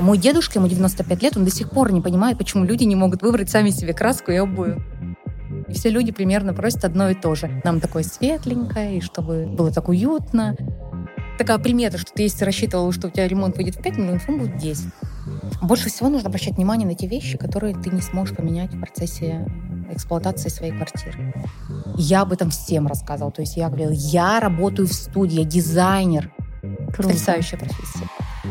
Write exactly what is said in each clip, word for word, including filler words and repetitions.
Мой дедушка, ему девяносто пять лет, он до сих пор не понимает, почему люди не могут выбрать сами себе краску и обои. И все люди примерно просят одно и то же. Нам такое светленькое, и чтобы было так уютно. Такая примета, что ты если рассчитывал, что у тебя ремонт выйдет в пять миллионов, он будет в десять. Больше всего нужно обращать внимание на те вещи, которые ты не сможешь поменять в процессе эксплуатации своей квартиры. Я об этом всем рассказывала. То есть я говорила, я работаю в студии, я дизайнер. Круто. Потрясающая профессия.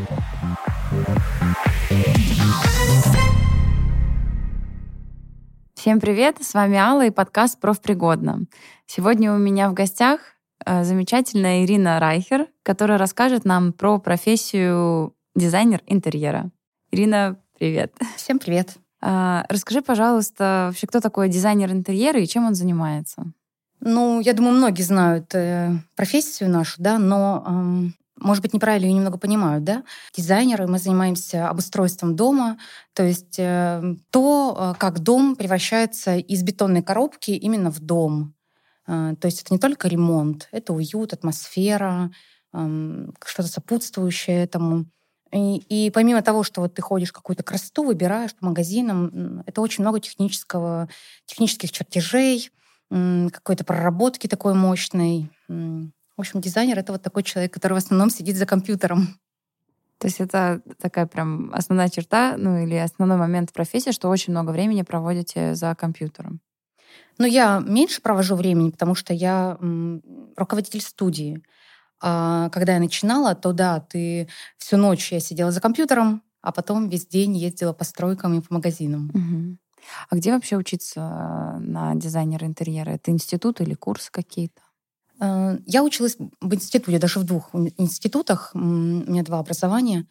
Всем привет, с вами Алла и подкаст «Профпригодно». Сегодня у меня в гостях замечательная Ирина Райхер, которая расскажет нам про профессию дизайнер интерьера. Ирина, привет. Всем привет. Расскажи, пожалуйста, вообще, кто такой дизайнер интерьера и чем он занимается? Ну, я думаю, многие знают э, профессию нашу, да, но, эм, может быть, неправильно ее немного понимают, да. Дизайнеры, мы занимаемся обустройством дома, то есть э, то, как дом превращается из бетонной коробки именно в дом. Э, то есть это не только ремонт, это уют, атмосфера, э, что-то сопутствующее этому. И, и помимо того, что вот ты ходишь какую-то красоту, выбираешь по магазинам, это очень много технического, технических чертежей, какой-то проработки такой мощной. В общем, дизайнер — это вот такой человек, который в основном сидит за компьютером. То есть это такая прям основная черта, ну или основной момент в профессии, что очень много времени проводите за компьютером. Но я меньше провожу времени, потому что я руководитель студии. А когда я начинала, то да, ты всю ночь я сидела за компьютером, а потом весь день ездила по стройкам и по магазинам. Угу. А где вообще учиться на дизайнера интерьера? Это институт или курсы какие-то? Я училась в институте, даже в двух институтах. У меня два образования.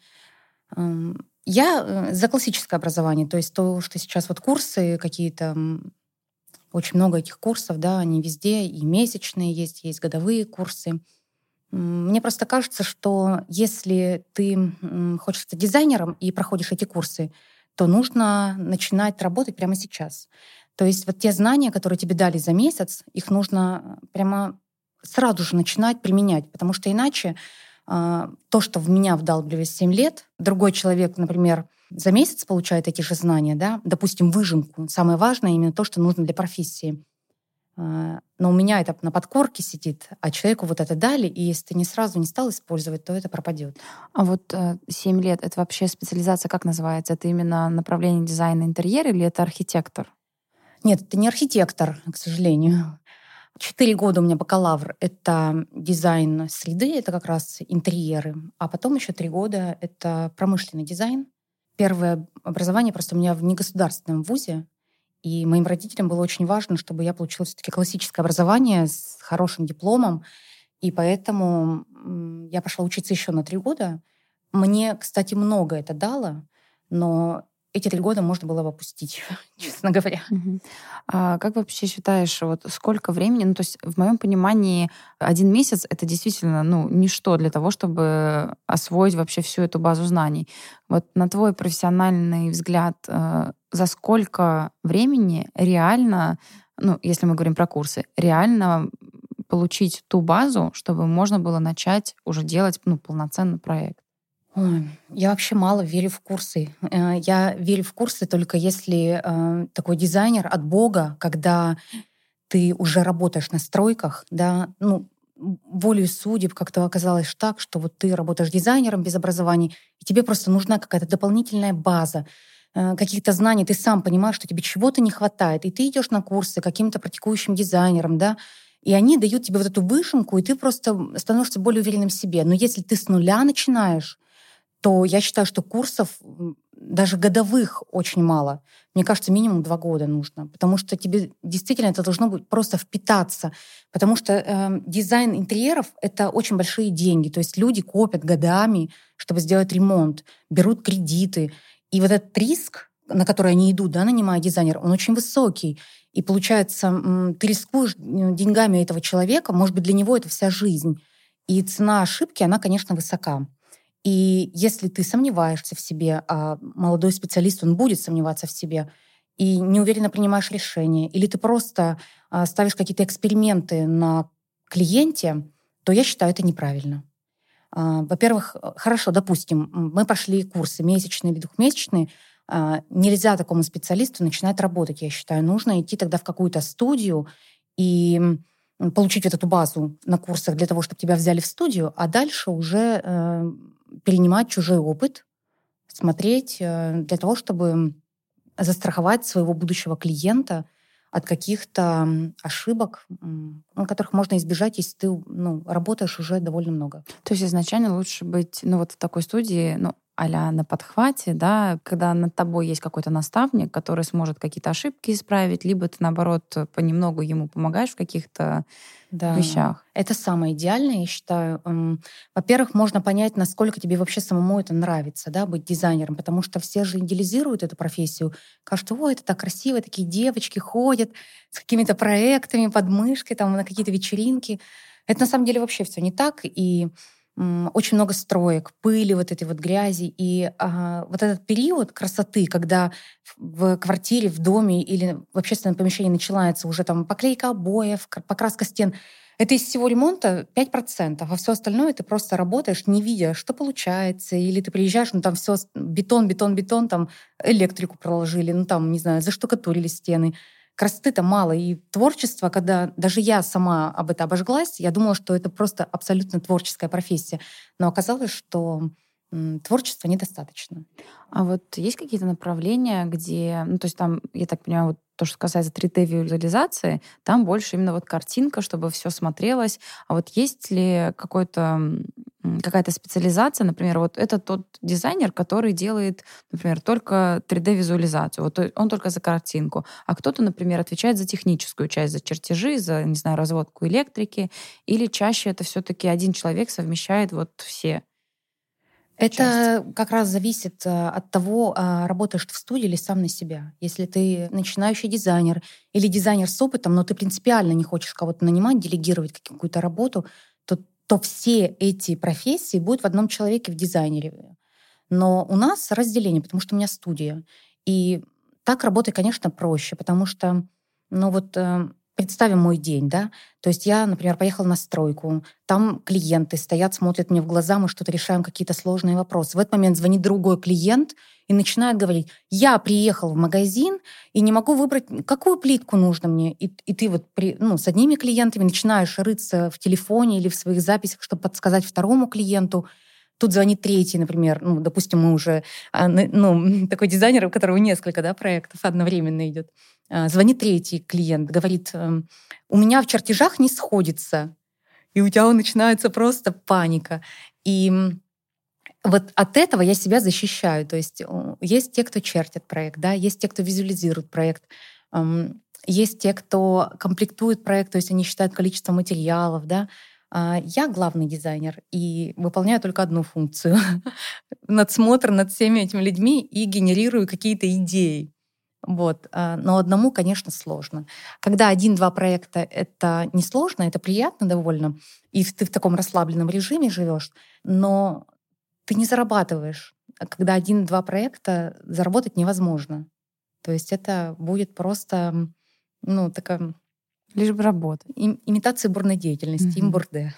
Я за классическое образование, то есть то, что сейчас вот курсы какие-то, очень много этих курсов, да, они везде, и месячные есть, есть годовые курсы. Мне просто кажется, что если ты хочешь стать дизайнером и проходишь эти курсы, то нужно начинать работать прямо сейчас. То есть вот те знания, которые тебе дали за месяц, их нужно прямо сразу же начинать применять, потому что иначе э, то, что в меня вдалбливали семь лет, другой человек, например, за месяц получает эти же знания, да, допустим, выжимку. Самое важное именно то, что нужно для профессии. Э, но у меня это на подкорке сидит, а человеку вот это дали, и если ты не сразу не стал использовать, то это пропадет. А вот семь лет — это вообще специализация как называется? Это именно направление дизайна интерьера или это архитектор? Нет, это не архитектор, к сожалению. Четыре года у меня бакалавр — это дизайн среды, это как раз интерьеры. А потом еще три года — это промышленный дизайн. Первое образование просто у меня в негосударственном вузе, и моим родителям было очень важно, чтобы я получила все-таки классическое образование с хорошим дипломом, и поэтому я пошла учиться еще на три года. Мне, кстати, много это дало, но эти три года можно было бы опустить, честно говоря. Угу. А как вообще считаешь, вот сколько времени? Ну, то есть в моем понимании один месяц — это действительно, ну, ничто для того, чтобы освоить вообще всю эту базу знаний. Вот на твой профессиональный взгляд, за сколько времени реально, ну, если мы говорим про курсы, реально получить ту базу, чтобы можно было начать уже делать, ну, полноценный проект? Ой, я вообще мало верю в курсы. Я верю в курсы только если э, такой дизайнер от Бога, когда ты уже работаешь на стройках, да, ну, волею судеб как-то оказалось так, что вот ты работаешь дизайнером без образования, и тебе просто нужна какая-то дополнительная база, э, каких-то знаний, ты сам понимаешь, что тебе чего-то не хватает, и ты идешь на курсы каким-то практикующим дизайнером, да, и они дают тебе вот эту выжимку, и ты просто становишься более уверенным в себе. Но если ты с нуля начинаешь, то я считаю, что курсов даже годовых очень мало. Мне кажется, минимум два года нужно, потому что тебе действительно это должно быть просто впитаться, потому что э, дизайн интерьеров — это очень большие деньги, то есть люди копят годами, чтобы сделать ремонт, берут кредиты, и вот этот риск, на который они идут, да, нанимая дизайнера, он очень высокий, и получается, ты рискуешь деньгами этого человека, может быть, для него это вся жизнь, и цена ошибки, она, конечно, высока. И если ты сомневаешься в себе, а молодой специалист, он будет сомневаться в себе, и неуверенно принимаешь решения, или ты просто ставишь какие-то эксперименты на клиенте, то я считаю, это неправильно. Во-первых, хорошо, допустим, мы пошли курсы месячные или двухмесячные, нельзя такому специалисту начинать работать, я считаю. Нужно идти тогда в какую-то студию и получить вот эту базу на курсах для того, чтобы тебя взяли в студию, а дальше уже э, перенимать чужой опыт, смотреть э, для того, чтобы застраховать своего будущего клиента от каких-то ошибок, ну, которых можно избежать, если ты ну, работаешь уже довольно много. То есть изначально лучше быть ну, вот в такой студии, ну, а-ля на подхвате, да, когда над тобой есть какой-то наставник, который сможет какие-то ошибки исправить, либо ты, наоборот, понемногу ему помогаешь в каких-то да. вещах. Это самое идеальное, я считаю. Во-первых, можно понять, насколько тебе вообще самому это нравится, да, быть дизайнером, потому что все же идеализируют эту профессию. Кажется, ой, это так красиво, такие девочки ходят с какими-то проектами под мышкой, там, на какие-то вечеринки. Это на самом деле вообще все не так, и очень много строек, пыли, вот этой вот грязи. И а, вот этот период красоты, когда в квартире, в доме или в общественном помещении начинается уже там поклейка обоев, покраска стен, это из всего ремонта пять процентов, а все остальное ты просто работаешь, не видя, что получается. Или ты приезжаешь, ну там все бетон, бетон, бетон, там электрику проложили, ну там, не знаю, заштукатурили стены. Красоты-то мало. И творчество, когда даже я сама об этом обожглась, я думала, что это просто абсолютно творческая профессия. Но оказалось, что м, творчества недостаточно. А вот есть какие-то направления, где, ну, то есть там, я так понимаю, вот то, что касается три дэ-визуализации, там больше именно вот картинка, чтобы все смотрелось. А вот есть ли какой-то, какая-то специализация, например, вот это тот дизайнер, который делает, например, только три дэ-визуализацию, вот он только за картинку, а кто-то, например, отвечает за техническую часть, за чертежи, за, не знаю, разводку электрики, или чаще это все-таки один человек совмещает вот все? Это части. как раз зависит а, от того, а, работаешь ты в студии или сам на себя. Если ты начинающий дизайнер или дизайнер с опытом, но ты принципиально не хочешь кого-то нанимать, делегировать какую-то работу, то, то все эти профессии будут в одном человеке, в дизайнере. Но у нас разделение, потому что у меня студия. И так работать, конечно, проще, потому что, ну вот, э, представим мой день, да, то есть я, например, поехала на стройку, там клиенты стоят, смотрят мне в глаза, мы что-то решаем, какие-то сложные вопросы. В этот момент звонит другой клиент и начинает говорить: я приехал в магазин и не могу выбрать, какую плитку нужно мне. И, и ты вот при, ну, с одними клиентами начинаешь рыться в телефоне или в своих записях, чтобы подсказать второму клиенту. Тут звонит третий, например, ну, допустим, мы уже, ну, такой дизайнер, у которого несколько, да, проектов одновременно идет. Звонит третий клиент, говорит: у меня в чертежах не сходится. И у тебя начинается просто паника. И вот от этого я себя защищаю. То есть есть те, кто чертит проект, да, есть те, кто визуализирует проект, есть те, кто комплектует проект, то есть они считают количество материалов, да. Я главный дизайнер и выполняю только одну функцию — надсмотр над всеми этими людьми и генерирую какие-то идеи. Вот. Но одному, конечно, сложно. Когда один-два проекта — это несложно, это приятно довольно, и ты в таком расслабленном режиме живешь, но ты не зарабатываешь. Когда один-два проекта, заработать невозможно. То есть это будет просто, ну, такая... Лишь бы работать. Им, имитация бурной деятельности, Мгм. имбурде.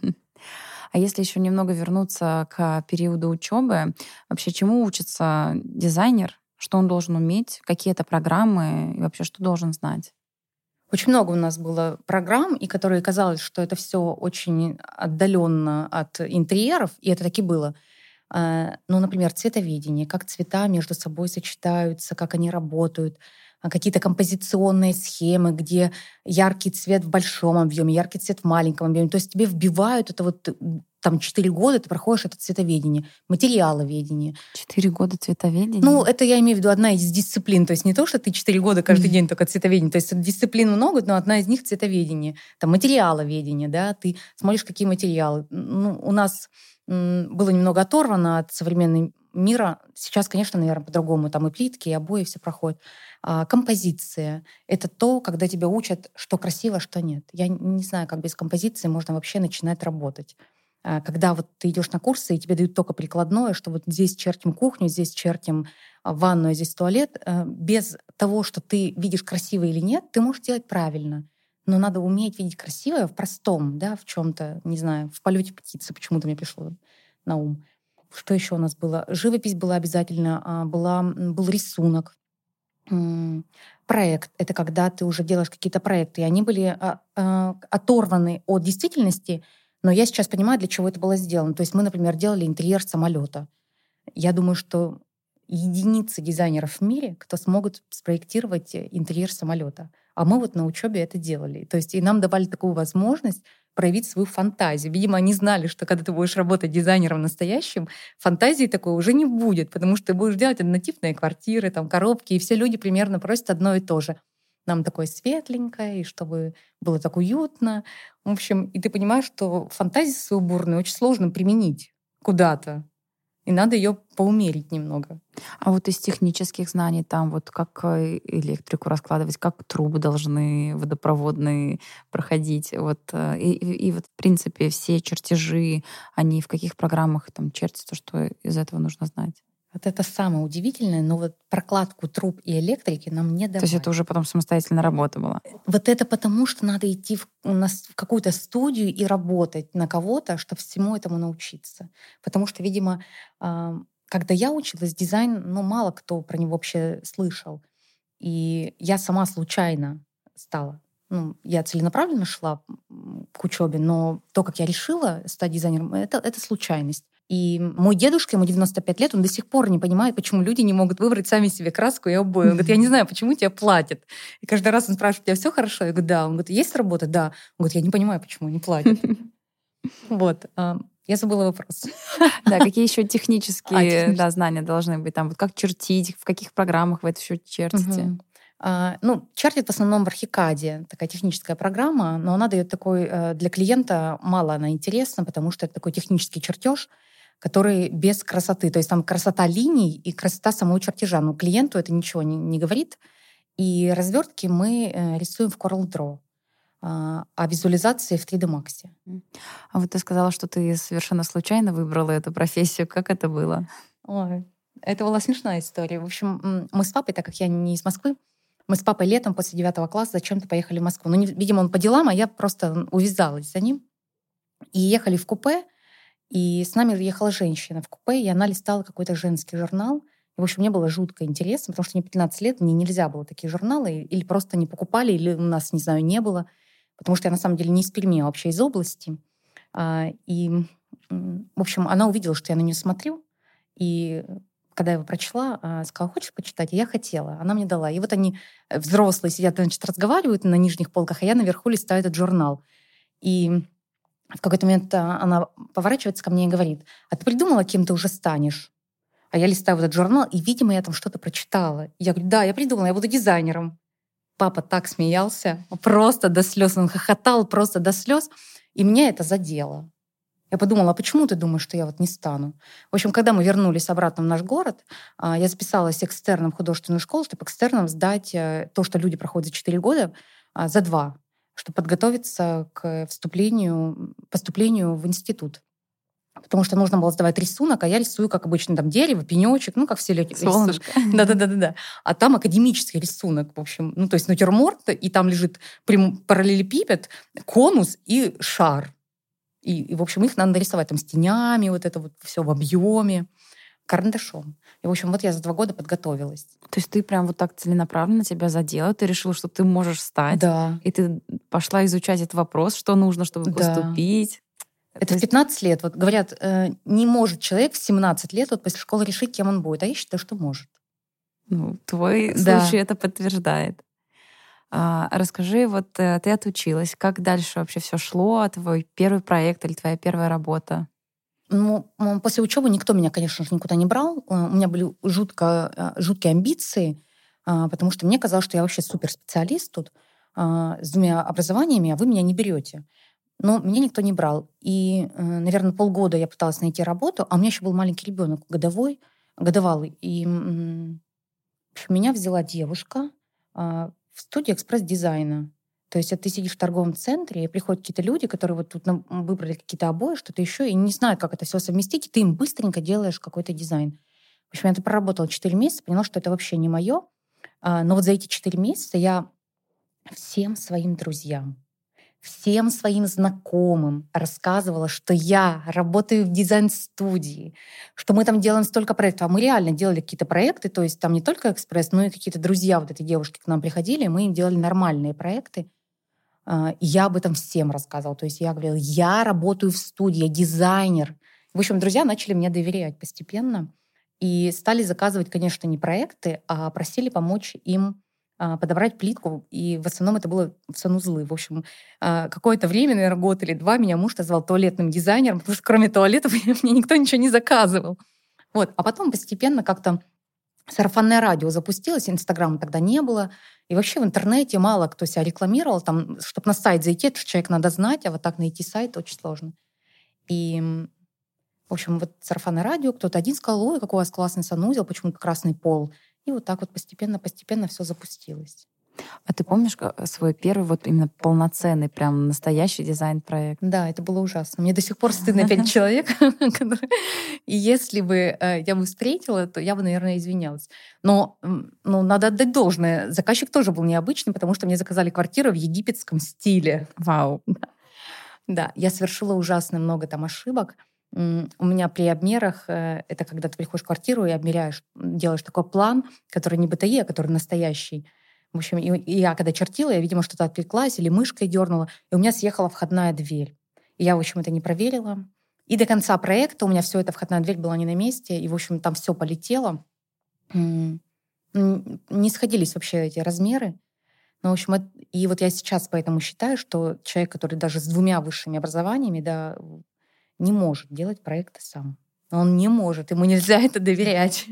А если еще немного вернуться к периоду учебы, вообще чему учится дизайнер? Что он должен уметь? Какие это программы? И вообще, что должен знать? Очень много у нас было программ, и которые казалось, что это все очень отдаленно от интерьеров, и это таки было. А, Ну, например, цветоведение, как цвета между собой сочетаются, как они работают, а, какие-то композиционные схемы, где яркий цвет в большом объеме, яркий цвет в маленьком объеме. То есть тебе вбивают это вот м, там четыре года ты проходишь это цветоведение, материаловедение. Четыре года цветоведения? Ну, это я имею в виду одна из дисциплин. То есть не то, что ты четыре года каждый Мгм. день только цветоведение. То есть дисциплин много, но одна из них цветоведение. Там материаловедение, да, ты смотришь, какие материалы. Ну, у нас м, было немного оторвано от современного мира. Сейчас, конечно, наверное, по-другому. Там и плитки, и обои все проходят. А, композиция — это то, когда тебя учат, что красиво, что нет. Я не знаю, как без композиции можно вообще начинать работать. А, Когда вот ты идешь на курсы, и тебе дают только прикладное, что вот здесь чертим кухню, здесь чертим а, ванную, а здесь туалет, э, без того, что ты видишь красиво или нет, ты можешь делать правильно. но надо уметь видеть красивое в простом, да, в чем-то, не знаю, в полете птицы почему-то мне пришло на ум. Что еще у нас было? Живопись была обязательно, а, была, был рисунок. Проект — это когда ты уже делаешь какие-то проекты, и они были а, а, оторваны от действительности, но я сейчас понимаю, для чего это было сделано. То есть мы, например, делали интерьер самолета. Я думаю, что единицы дизайнеров в мире, кто смогут спроектировать интерьер самолета. А мы вот на учебе это делали. То есть и нам давали такую возможность проявить свою фантазию. Видимо, они знали, что когда ты будешь работать дизайнером настоящим, фантазии такой уже не будет, потому что ты будешь делать однотипные квартиры, там, коробки, и все люди примерно просят одно и то же. Нам такое светленькое, и чтобы было так уютно. В общем, и ты понимаешь, что фантазию свою бурную очень сложно применить куда-то. И надо ее поумерить немного. А вот из технических знаний, там вот как электрику раскладывать, как трубы должны водопроводные проходить, вот, и, и, и вот в принципе все чертежи, они в каких программах там чертятся, что из этого нужно знать? Вот это самое удивительное, но вот прокладку труб и электрики нам не давали. То есть это уже потом самостоятельная работа была? Вот это потому, что надо идти в, на, в какую-то студию и работать на кого-то, чтобы всему этому научиться. Потому что, видимо, когда я училась, дизайн, ну, мало кто про него вообще слышал. И я сама случайно стала. Ну, я целенаправленно шла к учебе, но то, как я решила стать дизайнером, это, это случайность. И мой дедушка, ему девяносто пять лет, он до сих пор не понимает, почему люди не могут выбрать сами себе краску и обои. Он говорит, я не знаю, почему тебе платят. И каждый раз он спрашивает, у тебя все хорошо? Я говорю, да. Он говорит, есть работа? Да. Он говорит, я не понимаю, почему не платят. Вот. Я забыла вопрос. Да, какие еще технические знания должны быть? Там вот как чертить, в каких программах вы это все чертите? Ну, чертит в основном в Архикаде, такая техническая программа, но она дает такой, для клиента мало она интересна, потому что это такой технический чертеж, который без красоты. То есть там красота линий и красота самого чертежа. Но клиенту это ничего не, не говорит. И развертки мы рисуем в Corel Draw, а визуализации в три дэ Max. А вот ты сказала, что ты совершенно случайно выбрала эту профессию. Как это было? Ой, это была смешная история. В общем, мы с папой, так как я не из Москвы, мы с папой летом после девятого класса зачем-то поехали в Москву. Ну, видимо, он по делам, а я просто увязалась за ним. И ехали в купе, и с нами ехала женщина в купе, и она листала какой-то женский журнал. И, в общем, мне было жутко интересно, потому что мне пятнадцать лет, мне нельзя было такие журналы, или просто не покупали, или у нас, не знаю, не было. Потому что я, на самом деле, не из Перми, а вообще из области. И, в общем, она увидела, что я на нее смотрю, и когда я его прочла, сказала, хочешь почитать? И я хотела. Она мне дала. И вот они, взрослые, сидят, значит, разговаривают на нижних полках, а я наверху листаю этот журнал. И в какой-то момент она поворачивается ко мне и говорит, а ты придумала, кем ты уже станешь? А я листаю вот этот журнал, и, видимо, я там что-то прочитала. И я говорю, да, я придумала, я буду дизайнером. Папа так смеялся, просто до слез. Он хохотал просто до слез. И меня это задело. Я подумала, а почему ты думаешь, что я вот не стану? В общем, когда мы вернулись обратно в наш город, я записалась экстерном в художественную школу, чтобы экстерном сдать то, что люди проходят за четыре года, за два, чтобы подготовиться к вступлению, поступлению в институт. Потому что нужно было сдавать рисунок, а я рисую, как обычно, там дерево, пенечек, ну, как все люди рисуют. Да-да-да-да. А там академический рисунок, в общем. Ну, то есть натюрморт, и там лежит параллелепипед, конус и шар. И, и, в общем, их надо нарисовать там с тенями, вот это вот все в объеме, карандашом. И, в общем, вот я за два года подготовилась. То есть ты прям вот так целенаправленно тебя задела, ты решила, что ты можешь стать. Да. И ты пошла изучать этот вопрос, что нужно, чтобы да. поступить. Это в пятнадцать лет. Вот говорят, не может человек в семнадцать лет вот после школы решить, кем он будет. А я считаю, что может. Ну, твой да. случай это подтверждает. А, расскажи, вот ты отучилась, как дальше вообще все шло, твой первый проект или твоя первая работа? Ну, после учебы никто меня, конечно же, никуда не брал. У меня были жутко, жуткие амбиции, потому что мне казалось, что я вообще суперспециалист тут с двумя образованиями, а вы меня не берете. Но меня никто не брал. И, наверное, полгода я пыталась найти работу, а у меня еще был маленький ребенок, годовой, годовалый. И в общем, меня взяла девушка в студию экспресс-дизайна. То есть ты сидишь в торговом центре, и приходят какие-то люди, которые вот тут выбрали какие-то обои, что-то еще, и не знают, как это все совместить, и ты им быстренько делаешь какой-то дизайн. В общем, я это проработала четыре месяца, поняла, что это вообще не мое. Но вот за эти четыре месяца я всем своим друзьям, всем своим знакомым рассказывала, что я работаю в дизайн-студии, что мы там делаем столько проектов. А мы реально делали какие-то проекты, то есть там не только экспресс, но и какие-то друзья вот этой девушки к нам приходили, и мы им делали нормальные проекты. А, И я об этом всем рассказывала. То есть я говорила, я работаю в студии, я дизайнер. В общем, друзья начали мне доверять постепенно и стали заказывать, конечно, не проекты, а просили помочь им а, подобрать плитку. И в основном это было в санузлы. В общем, а, какое-то время, наверное, год или два, меня муж назвал туалетным дизайнером, потому что кроме туалетов мне никто ничего не заказывал. Вот. А потом постепенно как-то сарафанное радио запустилось, Инстаграма тогда не было. И вообще в интернете мало кто себя рекламировал. Там, чтобы на сайт зайти, этот человек надо знать, а вот так найти сайт очень сложно. И, м, в общем, вот сарафанное радио, кто-то один сказал, ой, какой у вас классный санузел, почему-то красный пол. И вот так вот постепенно-постепенно все запустилось. А ты помнишь ка- свой первый вот именно полноценный, прям настоящий дизайн-проект? Да, это было ужасно. Мне до сих пор стыдно перед человеком. который- И если бы э, я бы встретила, то я бы, наверное, извинялась. Но м, ну, надо отдать должное. Заказчик тоже был необычный, потому что мне заказали квартиру в египетском стиле. Вау. Да, я совершила ужасно много там ошибок. М, У меня при обмерах, э, это когда ты приходишь в квартиру и обмеряешь, м, делаешь такой план, который не БТИ, а который настоящий. В общем, и, и я когда чертила, я, видимо, что-то отвлеклась или мышкой дернула, и у меня съехала входная дверь. И я, в общем, это не проверила. И до конца проекта у меня все это, входная дверь была не на месте, и, в общем, там все полетело. М, м, Не сходились вообще эти размеры. Ну, в общем, эт и вот я сейчас поэтому считаю, что человек, который даже с двумя высшими образованиями, да, в не может делать проекты сам. Он не может, ему нельзя это доверять.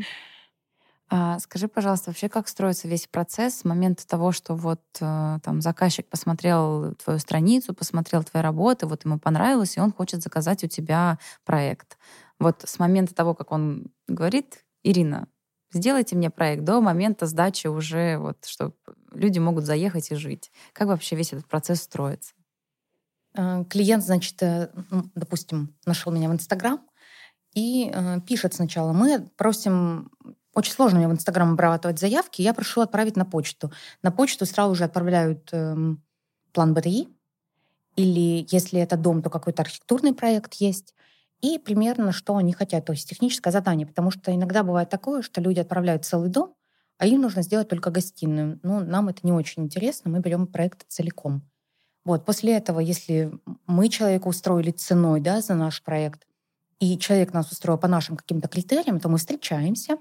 А скажи, пожалуйста, вообще как строится весь процесс с момента того, что вот э, там заказчик посмотрел твою страницу, посмотрел твои работы, вот ему понравилось, и он хочет заказать у тебя проект. Вот с момента того, как он говорит, Ирина, сделайте мне проект, до момента сдачи уже вот, что люди могут заехать и жить. Как вообще весь этот процесс строится? А, клиент, значит, э, ну, допустим, нашел меня в Инстаграм и, э, пишет сначала: "Мы просим". Очень сложно мне в Инстаграм обрабатывать заявки, я прошу отправить на почту. На почту сразу же отправляют, эм, план БТИ. Или если это дом, то какой-то архитектурный проект есть. И примерно, что они хотят, то есть техническое задание. Потому что иногда бывает такое, что люди отправляют целый дом, а им нужно сделать только гостиную. Ну, нам это не очень интересно, мы берем проект целиком. Вот, после этого, если мы человека устроили ценой, да, за наш проект, и человек нас устроил по нашим каким-то критериям, то мы встречаемся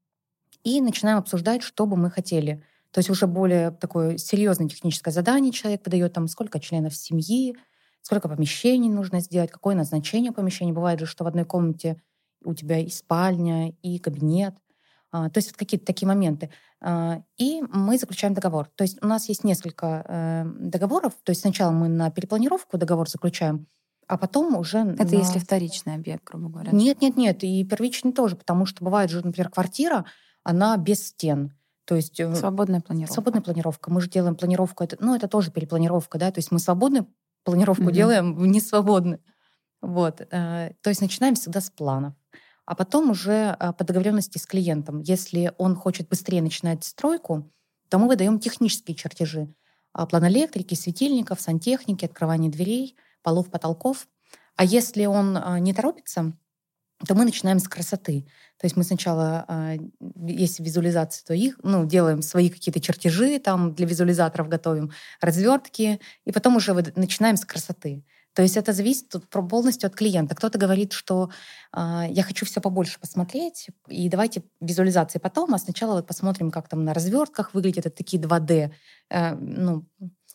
и начинаем обсуждать, что бы мы хотели. То есть уже более такое серьезное техническое задание человек выдает, там, сколько членов семьи, сколько помещений нужно сделать, какое назначение помещения. Бывает же, что в одной комнате у тебя и спальня, и кабинет. А, То есть вот какие-то такие моменты. А, И мы заключаем договор. То есть у нас есть несколько э, договоров. То есть сначала мы на перепланировку договор заключаем, а потом уже Это если на... вторичный объект, грубо говоря. Нет, нет, нет, и первичный тоже, потому что бывает же, например, квартира, она без стен. То есть э, Свободная планировка. свободная планировка. Мы же делаем планировку, это, ну, это тоже перепланировка, да, то есть мы свободную планировку Мгм. делаем в несвободную. Вот. э, То есть начинаем всегда с планов. А потом уже а, по договоренности с клиентом. Если он хочет быстрее начинать стройку, то мы выдаем технические чертежи. А, План электрики, светильников, сантехники, открывание дверей, полов, потолков. А если он а, не торопится, то мы начинаем с красоты. То есть мы сначала, а, если визуализация, то их, ну, делаем свои какие-то чертежи, там для визуализаторов готовим развертки, и потом уже выд- начинаем с красоты. То есть это зависит тут про- полностью от клиента. Кто-то говорит, что а, я хочу все побольше посмотреть, и давайте визуализации потом, а сначала вот посмотрим, как там на развертках выглядит. Это такие два дэ, э, ну,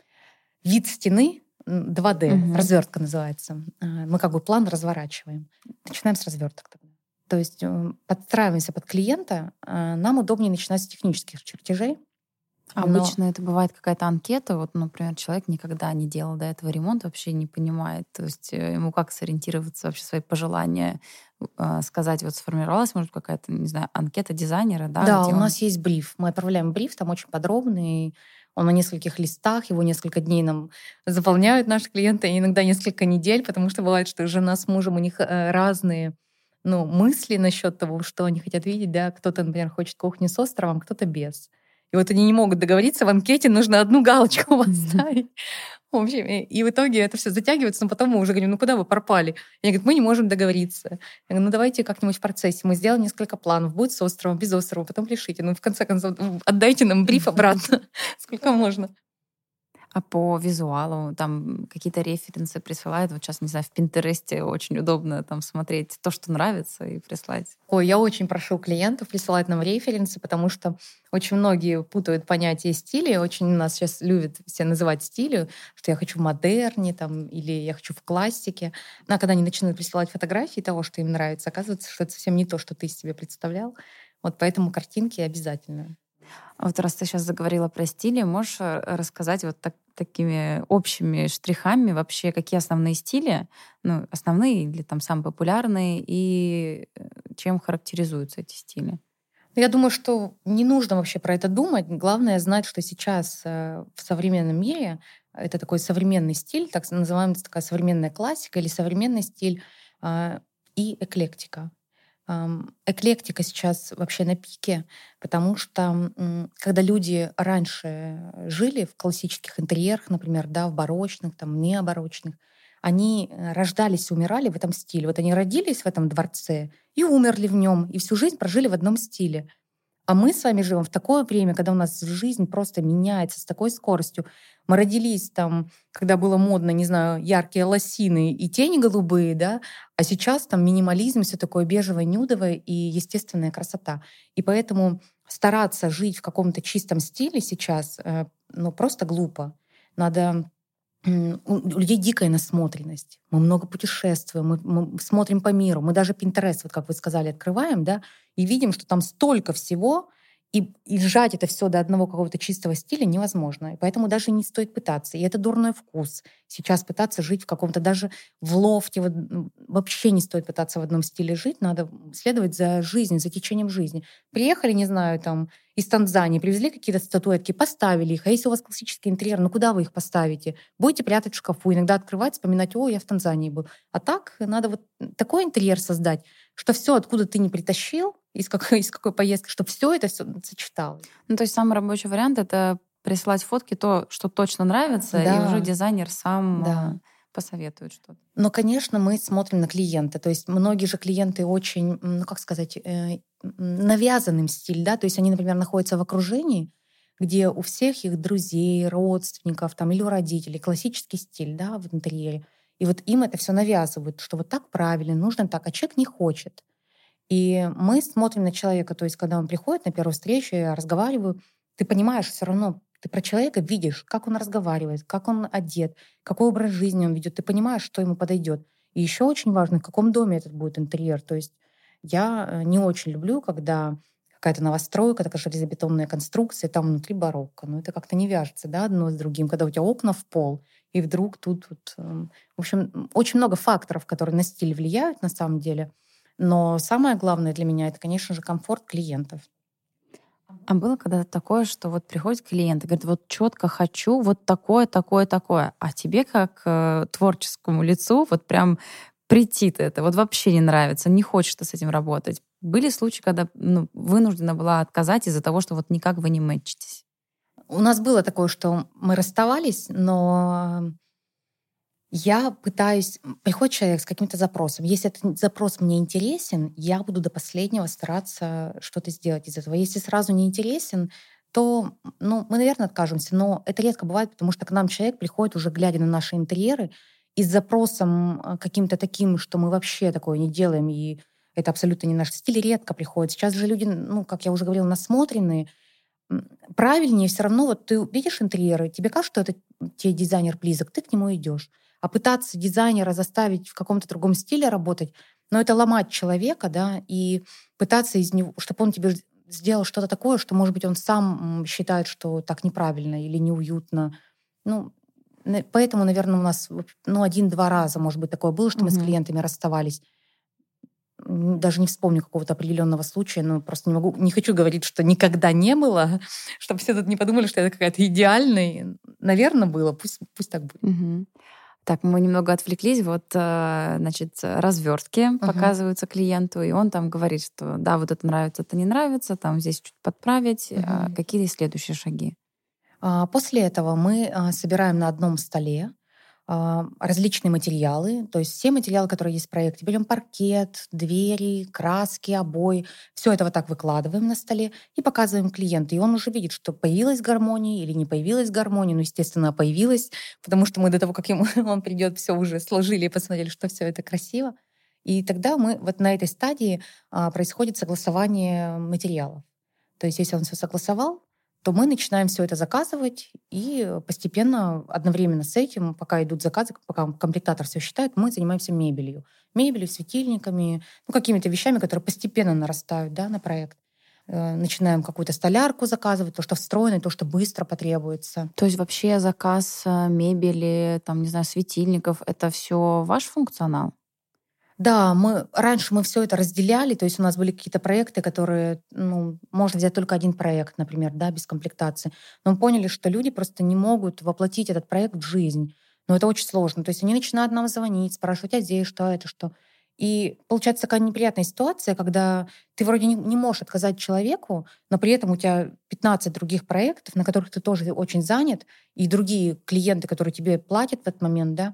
вид стены, м, два дэ, Мгм. развертка называется. А, Мы как бы план разворачиваем. Начинаем с разверток тогда. То есть э, подстраиваемся под клиента. а, Нам удобнее начинать с технических чертежей, но Обычно это бывает какая-то анкета. Вот, например, человек никогда не делал до этого ремонт, вообще не понимает. То есть э, ему как сориентироваться, вообще свои пожелания э, сказать. Вот сформировалась, может, какая-то, не знаю, анкета дизайнера, да, да, где у он... нас есть бриф. Мы отправляем бриф, там очень подробный. Он на нескольких листах, его несколько дней нам заполняют наши клиенты, и иногда несколько недель, потому что бывает, что жена с мужем, у них э, разные, ну, мысли насчет того, что они хотят видеть, да. Кто-то, например, хочет кухню с островом, кто-то без. И вот они не могут договориться, в анкете нужно одну галочку поставить. В общем, и, и в итоге это все затягивается, но потом мы уже говорим, ну куда вы пропали? Они говорят, мы не можем договориться. Я говорю, ну давайте как-нибудь в процессе. Мы сделаем несколько планов. Будет с островом, без острова, потом решите. Ну в конце концов, отдайте нам бриф обратно. Сколько можно. А по визуалу там какие-то референсы присылают? Вот сейчас, не знаю, в Пинтересте очень удобно там смотреть то, что нравится, и прислать. Ой, я очень прошу клиентов присылать нам референсы, потому что очень многие путают понятие стиля. Очень у нас сейчас любят все называть стилью, что я хочу в модерне там, или я хочу в классике. Но когда они начинают присылать фотографии того, что им нравится, оказывается, что это совсем не то, что ты себе представлял. Вот поэтому картинки обязательно. А вот раз ты сейчас заговорила про стили, можешь рассказать вот так, такими общими штрихами вообще, какие основные стили, ну, основные или там самые популярные, и чем характеризуются эти стили? Я думаю, что не нужно вообще про это думать. Главное знать, что сейчас в современном мире это такой современный стиль, так называемая такая современная классика или современный стиль и эклектика. Эклектика сейчас вообще на пике, потому что когда люди раньше жили в классических интерьерах, например, да, в барочных, там, необарочных, они рождались и умирали в этом стиле. Вот они родились в этом дворце и умерли в нем, и всю жизнь прожили в одном стиле. А мы с вами живем в такое время, когда у нас жизнь просто меняется с такой скоростью. Мы родились там, когда было модно, не знаю, яркие лосины и тени голубые, да, а сейчас там минимализм, все такое бежевое, нюдовое и естественная красота. И поэтому стараться жить в каком-то чистом стиле сейчас, ну, просто глупо. Надо... У людей дикая насмотренность. Мы много путешествуем, мы, мы смотрим по миру. Мы даже Pinterest, вот как вы сказали, открываем, да, и видим, что там столько всего, и, и сжать это все до одного какого-то чистого стиля невозможно. И поэтому даже не стоит пытаться. И это дурной вкус. Сейчас пытаться жить в каком-то, даже в лофте, вот, вообще не стоит пытаться в одном стиле жить. Надо следовать за жизнью, за течением жизни. Приехали, не знаю, там, из Танзании, привезли какие-то статуэтки, поставили их. А если у вас классический интерьер, ну куда вы их поставите? Будете прятать в шкафу, иногда открывать, вспоминать, о, я в Танзании был. А так надо вот такой интерьер создать, что все, откуда ты не притащил, из какой, из какой поездки, чтобы все это все сочеталось. Ну, то есть самый рабочий вариант — это присылать фотки, то, что точно нравится, да. И уже дизайнер сам да. посоветует что-то. Но, конечно, мы смотрим на клиента. То есть многие же клиенты очень, ну, как сказать, навязанным стиль, да, то есть они, например, находятся в окружении, где у всех их друзей, родственников там, или у родителей классический стиль, да, в интерьере. И вот им это все навязывают, что вот так правильно, нужно так, а человек не хочет. И мы смотрим на человека, то есть когда он приходит на первую встречу, я разговариваю, ты понимаешь все равно, ты про человека видишь, как он разговаривает, как он одет, какой образ жизни он ведет, ты понимаешь, что ему подойдет. И еще очень важно, в каком доме этот будет интерьер. То есть я не очень люблю, когда какая-то новостройка, такая железобетонная конструкция, там внутри барокко. Но это как-то не вяжется, да, одно с другим. Когда у тебя окна в пол, и вдруг тут... Вот, в общем, очень много факторов, которые на стиль влияют на самом деле. Но самое главное для меня — это, конечно же, комфорт клиентов. А было когда-то такое, что вот приходит клиент и говорит, вот четко хочу вот такое, такое, такое, а тебе как э, творческому лицу вот прям претит это, вот вообще не нравится, не хочешь ты с этим работать? Были случаи, когда ну, вынуждена была отказать из-за того, что вот никак вы не мэтчитесь? У нас было такое, что мы расставались, но я пытаюсь... Приходит человек с каким-то запросом. Если этот запрос мне интересен, я буду до последнего стараться что-то сделать из этого. Если сразу не интересен, то ну, мы, наверное, откажемся. Но это редко бывает, потому что к нам человек приходит, уже глядя на наши интерьеры, и с запросом каким-то таким, что мы вообще такое не делаем, и это абсолютно не наш стиль, редко приходит. Сейчас же люди, ну, как я уже говорила, насмотренные. Правильнее все равно, вот ты видишь интерьеры, тебе кажется, что это тебе дизайнер близок, ты к нему идешь. А пытаться дизайнера заставить в каком-то другом стиле работать, но это ломать человека, да, и пытаться из него, чтобы он тебе сделал что-то такое, что, может быть, он сам считает, что так неправильно или неуютно. Ну, поэтому, наверное, у нас ну, один-два раза, может быть, такое было, что мы mm-hmm. с клиентами расставались. Даже не вспомню какого-то определенного случая, но просто не могу, не хочу говорить, что никогда не было, чтобы все тут не подумали, что это какая-то идеальная. Наверное, было, пусть, пусть так будет. Mm-hmm. Так, мы немного отвлеклись. Вот, э, значит, развертки Мгм. показываются клиенту, и он там говорит, что да, вот это нравится, это не нравится, там здесь чуть подправить. А Мгм. какие следующие шаги? А, После этого мы а, собираем на одном столе а, различные материалы, то есть все материалы, которые есть в проекте. Берем паркет, двери, краски, обои. Все это вот так выкладываем на столе и показываем клиенту. И он уже видит, что появилась гармония или не появилась гармония. Ну, естественно, появилась, потому что мы до того, как ему, он придет, все уже сложили и посмотрели, что все это красиво. И тогда мы вот на этой стадии а, происходит согласование материалов. То есть если он все согласовал, то мы начинаем все это заказывать, и постепенно, одновременно с этим, пока идут заказы, пока комплектатор все считает, мы занимаемся мебелью. Мебелью, светильниками, ну, какими-то вещами, которые постепенно нарастают, да, на проект. Э, Начинаем какую-то столярку заказывать, то, что встроено, то, что быстро потребуется. То есть вообще заказ э, мебели, там, не знаю, светильников — это все ваш функционал? Да, мы раньше мы все это разделяли, то есть у нас были какие-то проекты, которые, ну, можно взять только один проект, например, да, без комплектации. Но мы поняли, что люди просто не могут воплотить этот проект в жизнь. Но это очень сложно. То есть они начинают нам звонить, спрашивать: а здесь что, это что? И получается такая неприятная ситуация, когда ты вроде не, не можешь отказать человеку, но при этом у тебя пятнадцать других проектов, на которых ты тоже очень занят, и другие клиенты, которые тебе платят в этот момент, да.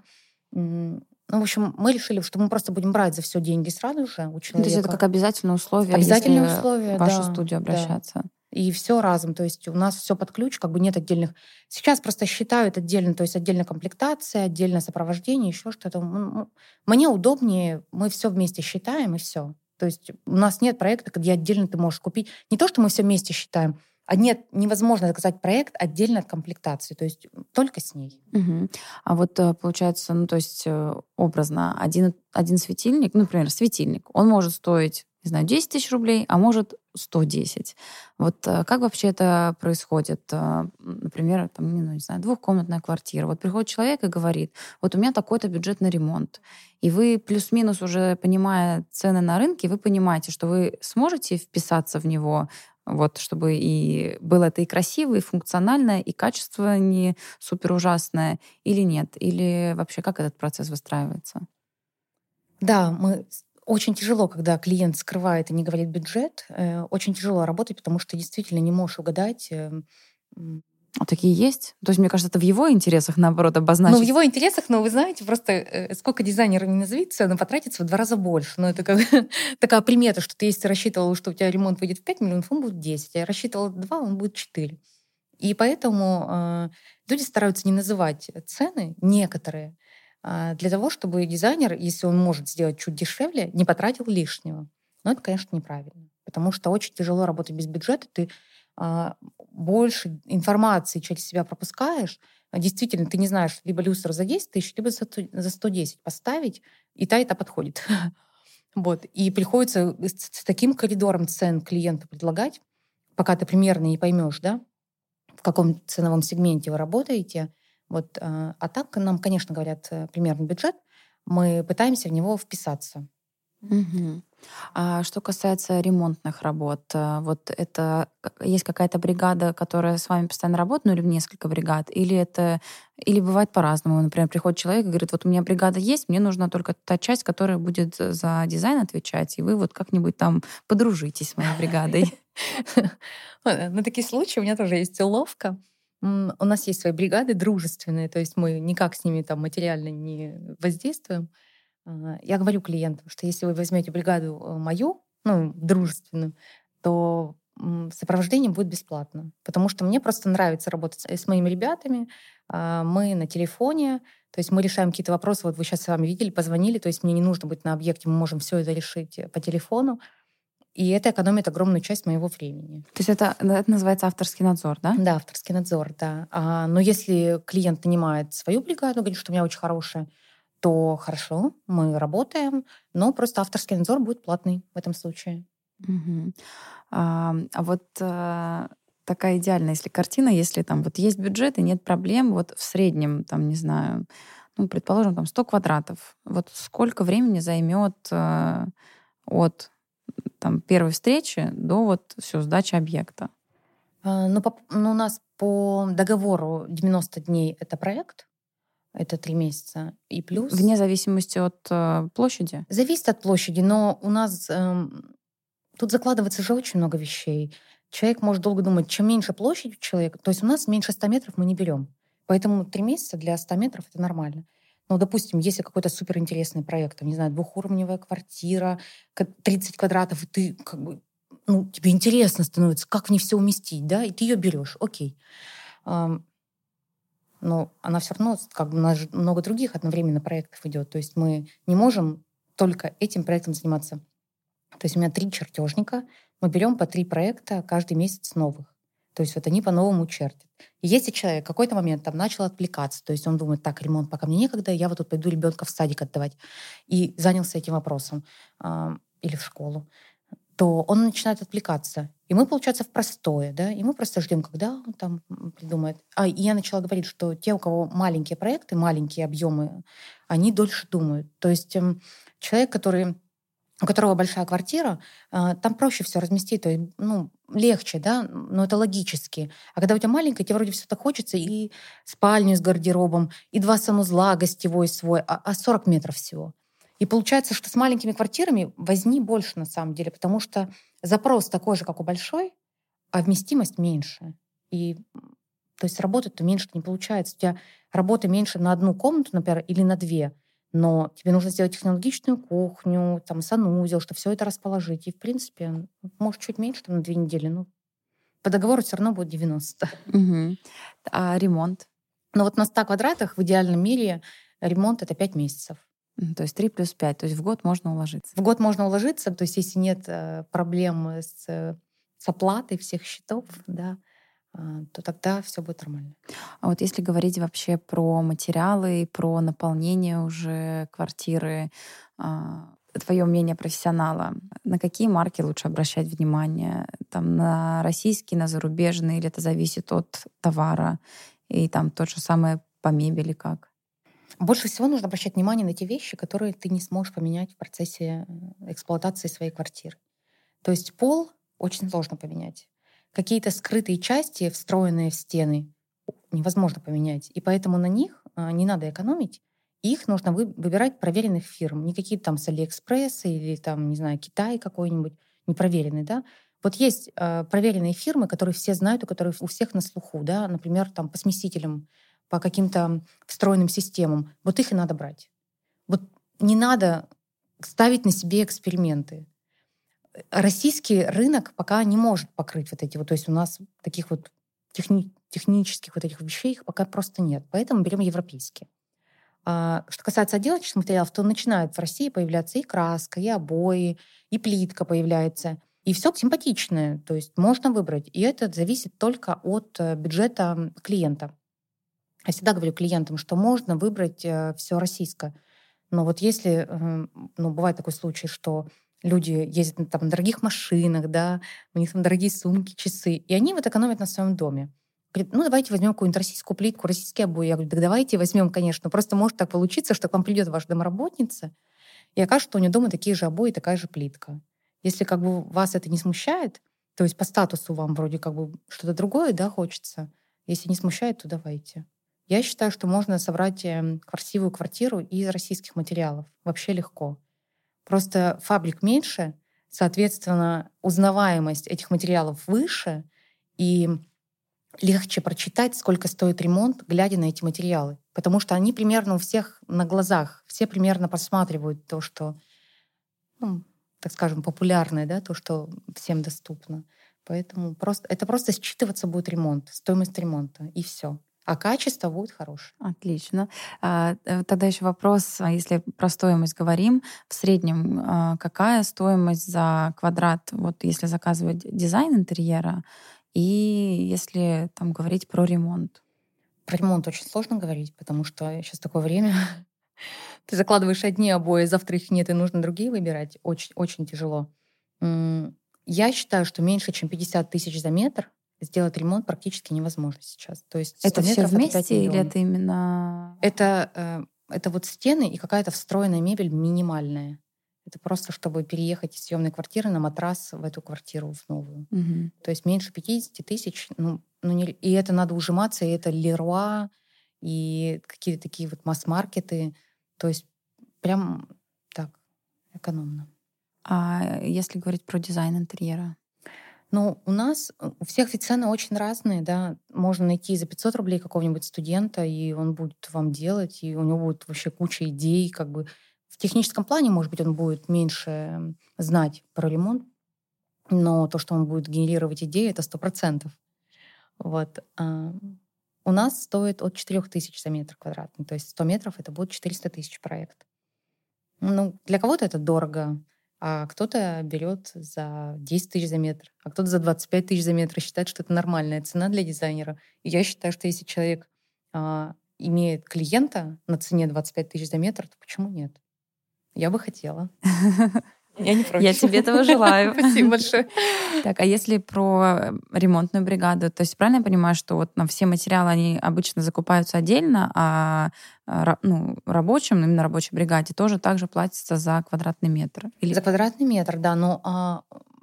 М, Ну, в общем, мы решили, что мы просто будем брать за все деньги сразу же у Ну, то есть это человека. как обязательное условие, Обязательные если условия, в вашу да, студию да. обращаться? И все разом. То есть у нас все под ключ, как бы нет отдельных. Сейчас просто считают отдельно, то есть отдельно комплектация, отдельно сопровождение, еще что-то. М, м, Мне удобнее, мы все вместе считаем, и все. То есть у нас нет проекта, где отдельно ты можешь купить. Не то, что мы все вместе считаем, а нет, невозможно заказать проект отдельно от комплектации, то есть только с ней. Мгм. А вот э, получается, ну, то есть э, образно, один, один светильник, ну, например, светильник, он может стоить, не знаю, десять тысяч рублей, а может сто десять. Вот э, как вообще это происходит? Э, м, Например, там, ну, не знаю, двухкомнатная квартира. Вот приходит человек и говорит, вот у меня такой-то бюджет на ремонт. И вы плюс-минус уже, понимая цены на рынке, вы понимаете, что вы сможете вписаться в него, вот, чтобы и было это и красиво, и функционально, и качество не супер ужасное, или нет? Или вообще как этот процесс выстраивается? Да, мы с очень тяжело, когда клиент скрывает и не говорит бюджет. Э, очень тяжело работать, потому что действительно не можешь угадать. эм, м. А такие есть? То есть, мне кажется, это в его интересах, наоборот, Ну, в обозначить. его интересах, но вы знаете, просто э, сколько дизайнер не назовет цену, потратится в два раза больше. Но это как такая примета, что ты если рассчитывал, что у тебя ремонт выйдет в пять миллионов, он будет десять. А я рассчитывала два, он будет четыре. И поэтому э, люди стараются не называть цены некоторые, а, для того, чтобы дизайнер, если он может сделать чуть дешевле, не потратил лишнего. Но это, конечно, неправильно, потому что очень тяжело работать без бюджета. Ты а, больше информации через себя пропускаешь. А Действительно, ты не знаешь, либо люстру за десять тысяч, либо за сто за сто десять поставить, и та, и та подходит. Вот. И приходится с, с таким коридором цен клиенту предлагать, пока ты примерно не поймешь, да, в каком ценовом сегменте вы работаете. Вот, а, а так нам, конечно, говорят э, примерный бюджет. Мы пытаемся в него вписаться. Мгм. А что касается ремонтных работ, э, вот это к- есть какая-то бригада, которая с вами постоянно работает, ну или в несколько бригад, или это, или бывает по-разному. Например, приходит человек и говорит, вот у меня бригада есть, мне нужна только та часть, которая будет за дизайн отвечать, и вы вот как-нибудь там подружитесь с моей бригадой. Э, На такие случаи у меня тоже есть уловка. М, У нас есть свои бригады дружественные, то есть мы никак с ними там материально не воздействуем. А, Я говорю клиентам, что если вы возьмете бригаду э, мою, ну, дружественную, то м, сопровождение будет бесплатно. Потому что мне просто нравится работать с с моими ребятами. А, Мы на телефоне, то есть мы решаем какие-то вопросы. Вот вы сейчас с вами видели, позвонили, то есть мне не нужно быть на объекте, мы можем все это решить э, по телефону. И это экономит огромную часть моего времени. То есть это, это называется авторский надзор, да? Да, авторский надзор, да. А, но если клиент нанимает свою бригаду, говорит, что у меня очень хорошая, то хорошо, мы работаем, но просто авторский надзор будет платный в этом случае. Мгм. А, а вот э, такая идеальная, если картина, если там вот есть бюджет и нет проблем, вот в среднем, там, не знаю, ну, предположим, там сто квадратов, вот сколько времени займет э, от там, первой встречи до вот все, сдачи объекта? А, Ну, по- ну, у нас по договору девяносто дней это проект, Это три месяца. И плюс... Вне зависимости от э, площади? Зависит от площади, но у нас эм, тут закладывается же очень много вещей. Человек может долго думать, чем меньше площадь у человека, то есть у нас меньше ста метров мы не берем. Поэтому три месяца для ста метров это нормально. Но, допустим, если какой-то суперинтересный проект, там, не знаю, двухуровневая квартира, тридцать квадратов, и ты как бы, ну, тебе интересно становится, как в ней все уместить, да, и ты ее берешь, окей. Ам, Но она все равно, как бы, у нас же много других одновременно проектов идет. То есть мы не можем только этим проектом заниматься. То есть у меня три чертежника, мы берем по три проекта каждый месяц новых. То есть вот они по-новому чертят. И если человек в какой-то момент там начал отвлекаться, то есть он думает, так, ремонт пока мне некогда, я вот тут пойду ребенка в садик отдавать, и занялся этим вопросом, а, или в школу, то он начинает отвлекаться. И мы, получается, в простое, да, и мы просто ждем, когда он там придумает. А, и я начала говорить, что те, у кого маленькие проекты, маленькие объемы, они дольше думают. То есть эм, человек, который у которого большая квартира, а, там проще все разместить, то есть, ну, легче, да, но это логически. А когда у тебя маленькая, тебе вроде все так хочется, и спальню с гардеробом, и два санузла, гостевой свой, а, а сорок метров всего. И получается, что с маленькими квартирами возни больше на самом деле, потому что запрос такой же, как у большой, а вместимость меньше. И м, то есть работать-то меньше не получается. У тебя работы меньше на одну комнату, например, или на две, но тебе нужно сделать технологичную кухню, там, санузел, чтобы все это расположить. И, в принципе, м, может, чуть меньше, там, на две недели, но по договору все равно будет девяносто. Мгм. А ремонт? Но вот на ста квадратах в идеальном мире ремонт — это пять месяцев. Мгм. То есть три плюс пять, то есть в год можно уложиться. В год можно уложиться, то есть если нет э, проблем с, э, с оплатой всех счетов, да, а, то тогда все будет нормально. А вот если говорить вообще про материалы, про наполнение уже квартиры, твое мнение профессионала, на какие марки лучше обращать внимание? Там на российские, на зарубежные, или это зависит от товара? И там тот же самое по мебели как? Больше всего нужно обращать внимание на те вещи, которые ты не сможешь поменять в процессе э, эксплуатации своей квартиры. То есть пол очень сложно поменять. Какие-то скрытые части, встроенные в стены, невозможно поменять. И поэтому на них а, не надо экономить. Их нужно вы- выбирать проверенных фирм. Не какие-то там с Алиэкспресса или там, не знаю, Китай какой-нибудь непроверенный, да. Вот есть а, проверенные фирмы, которые все знают, и которые у всех на слуху, да, например, там по смесителям, по каким-то встроенным системам. Вот их и надо брать. Вот не надо ставить на себе эксперименты. Российский рынок пока не может покрыть вот эти вот, то есть у нас таких вот техни- технических вот этих вещей их пока просто нет. Поэтому берем европейские. А, что касается отделочных материалов, то начинают в России появляться и краска, и обои, и плитка появляется. И все симпатичное, то есть можно выбрать. И это зависит только от э, бюджета клиента. Я всегда говорю клиентам, что можно выбрать все российское. Но вот если, э, ну, бывает такой случай, что люди ездят на, там, на дорогих машинах, да, у них там дорогие сумки, часы, и они вот экономят на своем доме. Говорит, ну, давайте возьмем какую-нибудь российскую плитку, российские обои. Я говорю, так давайте возьмем, конечно. Просто может так получиться, что к вам придет ваша домоработница, и окажется, что у нее дома такие же обои, такая же плитка. Если как бы вас это не смущает, то есть по статусу вам вроде как бы что-то другое, да, хочется. Если не смущает, то давайте. Я считаю, что можно собрать эм, красивую квартиру из российских материалов. Вообще легко. Просто фабрик меньше, соответственно, узнаваемость этих материалов выше, и легче прочитать, сколько стоит ремонт, глядя на эти материалы. Потому что они примерно у всех на глазах. Все примерно просматривают то, что, ну, так скажем, популярное, да, то, что всем доступно. Поэтому просто, это просто считываться будет ремонт, стоимость ремонта, и все. А качество будет хорошее. Отлично. А, э, Тогда еще вопрос, а если про стоимость говорим, в среднем а, какая стоимость за квадрат, вот если заказывать дизайн интерьера, и если там говорить про ремонт? Про ремонт очень сложно говорить, потому что сейчас такое время. Ты закладываешь одни обои, завтра их нет, и нужно другие выбирать. Очень, очень тяжело. М, Я считаю, что меньше, чем пятьдесят тысяч за метр сделать ремонт практически невозможно сейчас. То есть Это сто все метров — это пять вместе или миллионов. это именно... Это, э, это вот стены и какая-то встроенная мебель минимальная. Это просто чтобы переехать из съемной квартиры на матрас в эту квартиру, в новую. Мгм. То есть меньше пятьдесят тысяч. Ну, ну не, и это надо ужиматься, и это Леруа, и какие-то такие вот масс-маркеты. То есть прям так, экономно. А если говорить про дизайн интерьера? Ну, у нас э, у всех ведь цены очень разные, да. Можно найти за пятьсот рублей какого-нибудь студента, и он будет вам делать, и у него будет вообще куча идей. Как бы в техническом плане, может быть, он будет меньше знать про ремонт, но то, что он будет генерировать идеи, это сто процентов. Вот. А у нас стоит от четырех тысяч за метр квадратный. То есть сто метров — это будет четыреста тысяч проект. Ну, для кого-то это дорого, а кто-то берет за десять тысяч за метр, а кто-то за двадцать пять тысяч за метр и считает, что это нормальная цена для дизайнера. И я считаю, что если человек а, имеет клиента на цене двадцать пять тысяч за метр, то почему нет? Я бы хотела. Я не против. Я тебе этого желаю. Спасибо большое. Так, а если про ремонтную бригаду, то есть правильно я понимаю, что вот на все материалы, они обычно закупаются отдельно, а ну, рабочим, именно рабочей бригаде тоже также платится за квадратный метр? Или... За квадратный метр, да. Но а,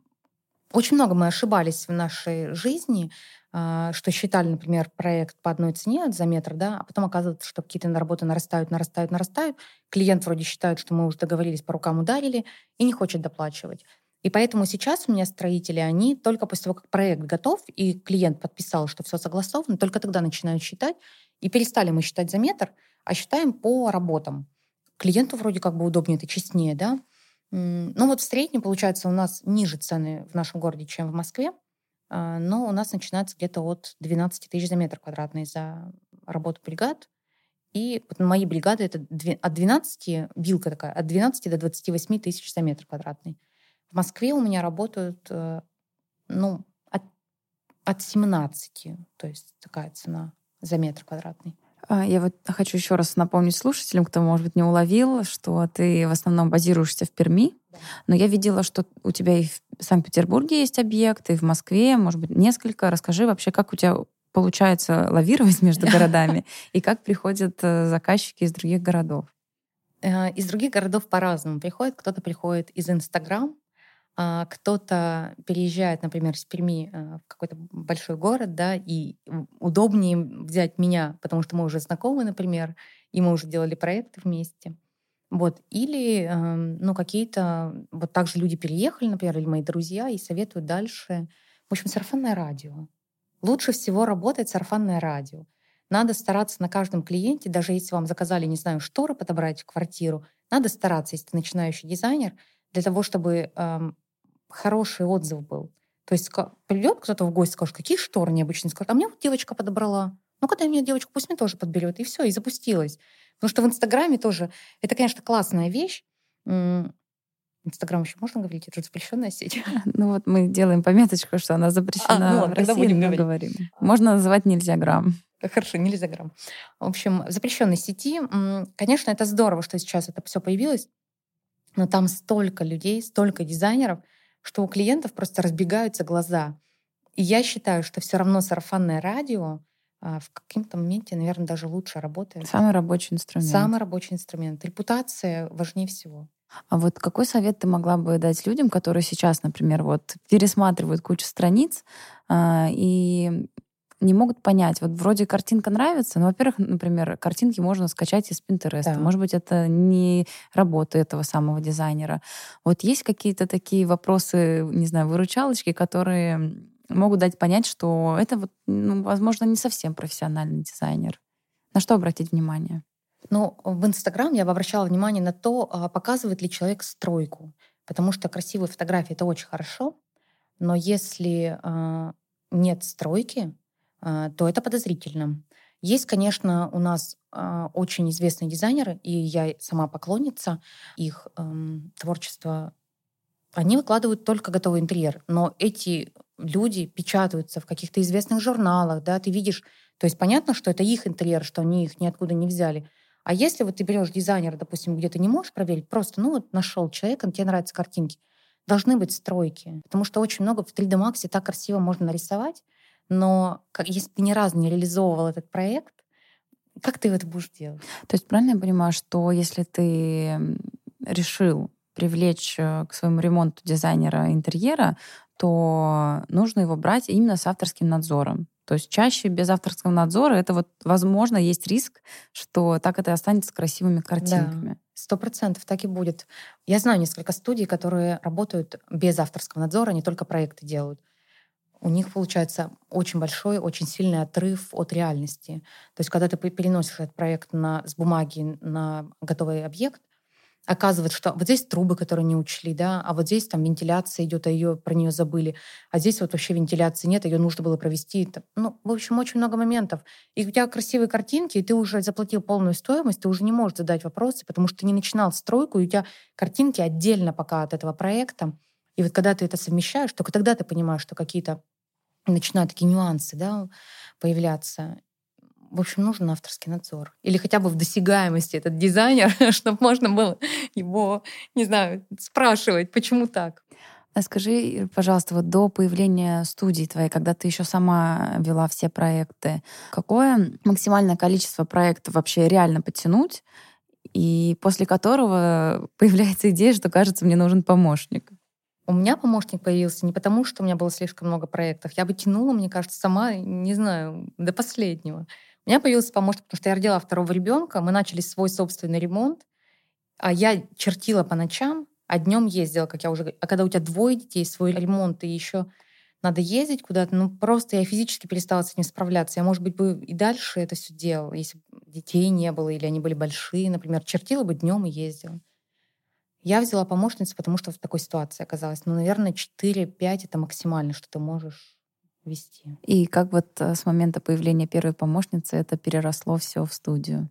очень много мы ошибались в нашей жизни, а, что считали, например, проект по одной цене за метр, да, а потом оказывается, что какие-то работы нарастают, нарастают, нарастают. Клиент вроде считает, что мы уже договорились, по рукам ударили, и не хочет доплачивать. И поэтому сейчас у меня строители, они только после того, как проект готов, и клиент подписал, что все согласовано, только тогда начинают считать. И перестали мы считать за метр, а считаем по работам. Клиенту вроде как бы удобнее, это честнее, да. Ну вот в среднем, получается, у нас ниже цены в нашем городе, чем в Москве, но у нас начинается где-то от двенадцать тысяч за метр квадратный за работу бригад. И вот мои бригады — это от двенадцати, вилка такая, от двенадцати до двадцати восьми тысяч за метр квадратный. В Москве у меня работают, ну, от, от семнадцати, то есть такая цена за метр квадратный. Я вот хочу еще раз напомнить слушателям, кто, может быть, не уловил, что ты в основном базируешься в Перми, да. Но я видела, что у тебя и в Санкт-Петербурге есть объекты, и в Москве, может быть, несколько. Расскажи вообще, как у тебя получается лавировать между городами, и как приходят заказчики из других городов? Из других городов по-разному приходят. Кто-то приходит из Инстаграм, кто-то переезжает, например, из Перми в какой-то большой город, да, и удобнее взять меня, потому что мы уже знакомы, например, и мы уже делали проекты вместе. Вот. Или, ну, какие-то... Вот также люди переехали, например, или мои друзья, и советуют дальше. В общем, сарафанное радио. Лучше всего работает сарафанное радио. Надо стараться на каждом клиенте, даже если вам заказали, не знаю, шторы подобрать в квартиру, надо стараться, если ты начинающий дизайнер, для того, чтобы эм, хороший отзыв был. То есть придет кто-то в гости, скажет, какие шторы необычные, скажет, а мне вот девочка подобрала. Ну, когда мне девочку, пусть мне тоже подберет. И все, и запустилось. Потому что в Инстаграме тоже, это, конечно, классная вещь. Инстаграм вообще можно говорить? Это же запрещенная сеть. Ну вот мы делаем пометочку, что она запрещена а, ну, ладно, в России, будем но говорим. Можно называть нельзя грамм. Хорошо, нельзя грамм. В общем, в запрещенной сети, конечно, это здорово, что сейчас это все появилось, но там столько людей, столько дизайнеров, что у клиентов просто разбегаются глаза. И я считаю, что все равно сарафанное радио в каком-то моменте, наверное, даже лучше работает. Самый рабочий инструмент. Самый рабочий инструмент. Репутация важнее всего. А вот какой совет ты могла бы дать людям, которые сейчас, например, вот пересматривают кучу страниц а, и не могут понять, вот вроде картинка нравится, но, во-первых, например, картинки можно скачать из Пинтереста. Да. Может быть, это не работа этого самого дизайнера. Вот есть какие-то такие вопросы, не знаю, выручалочки, которые могут дать понять, что это, вот, ну, возможно, не совсем профессиональный дизайнер. На что обратить внимание? Ну, в Инстаграм я бы обращала внимание на то, показывает ли человек стройку. Потому что красивые фотографии — это очень хорошо, но если э, нет стройки, э, то это подозрительно. Есть, конечно, у нас э, очень известные дизайнеры, и я сама поклонница их э, творчества. Они выкладывают только готовый интерьер, но эти люди печатаются в каких-то известных журналах, да, ты видишь, то есть понятно, что это их интерьер, что они их ниоткуда не взяли. А если вот ты берешь дизайнера, допустим, где ты не можешь проверить, просто, ну вот нашел человека, тебе нравятся картинки, должны быть стройки. Потому что очень много в три дэ Max так красиво можно нарисовать, но как, если ты ни разу не реализовывал этот проект, как ты это будешь делать? То есть правильно я понимаю, что если ты решил привлечь к своему ремонту дизайнера интерьера, то нужно его брать именно с авторским надзором. То есть чаще без авторского надзора это вот, возможно, есть риск, что так это и останется красивыми Да, картинками. сто процентов так и будет. Я знаю несколько студий, которые работают без авторского надзора, они только проекты делают. У них получается очень большой, очень сильный отрыв от реальности. То есть когда ты переносишь этот проект на, с бумаги на готовый объект, оказывается, что вот здесь трубы, которые не учли, да, а вот здесь там вентиляция идет, а ее про нее забыли, а здесь вот вообще вентиляции нет, ее нужно было провести. Ну, в общем, очень много моментов. И у тебя красивые картинки, и ты уже заплатил полную стоимость, ты уже не можешь задать вопросы, потому что ты не начинал стройку, и у тебя картинки отдельно пока от этого проекта. И вот когда ты это совмещаешь, только тогда ты понимаешь, что какие-то начинают такие нюансы, да, появляться. В общем, нужен авторский надзор. Или хотя бы в досягаемости этот дизайнер, чтобы можно было его, не знаю, спрашивать, почему так. А скажи, пожалуйста, вот до появления студии твоей, когда ты еще сама вела все проекты, какое максимальное количество проектов вообще реально подтянуть, и после которого появляется идея, что, кажется, мне нужен помощник? У меня помощник появился не потому, что у меня было слишком много проектов. Я бы тянула, мне кажется, сама, не знаю, до последнего. У меня появился помощник, потому что я родила второго ребенка, мы начали свой собственный ремонт, а я чертила по ночам, а днем ездила, как я уже говорила. А когда у тебя двое детей, свой ремонт, и еще надо ездить куда-то, ну просто я физически перестала с этим справляться. Я, может быть, бы и дальше это все делала, если бы детей не было, или они были большие, например, чертила бы днем и ездила. Я взяла помощницу, потому что в такой ситуации оказалась. Ну, наверное, четыре-пять это максимально, что ты можешь вести. И как вот э, с момента появления первой помощницы это переросло все в студию?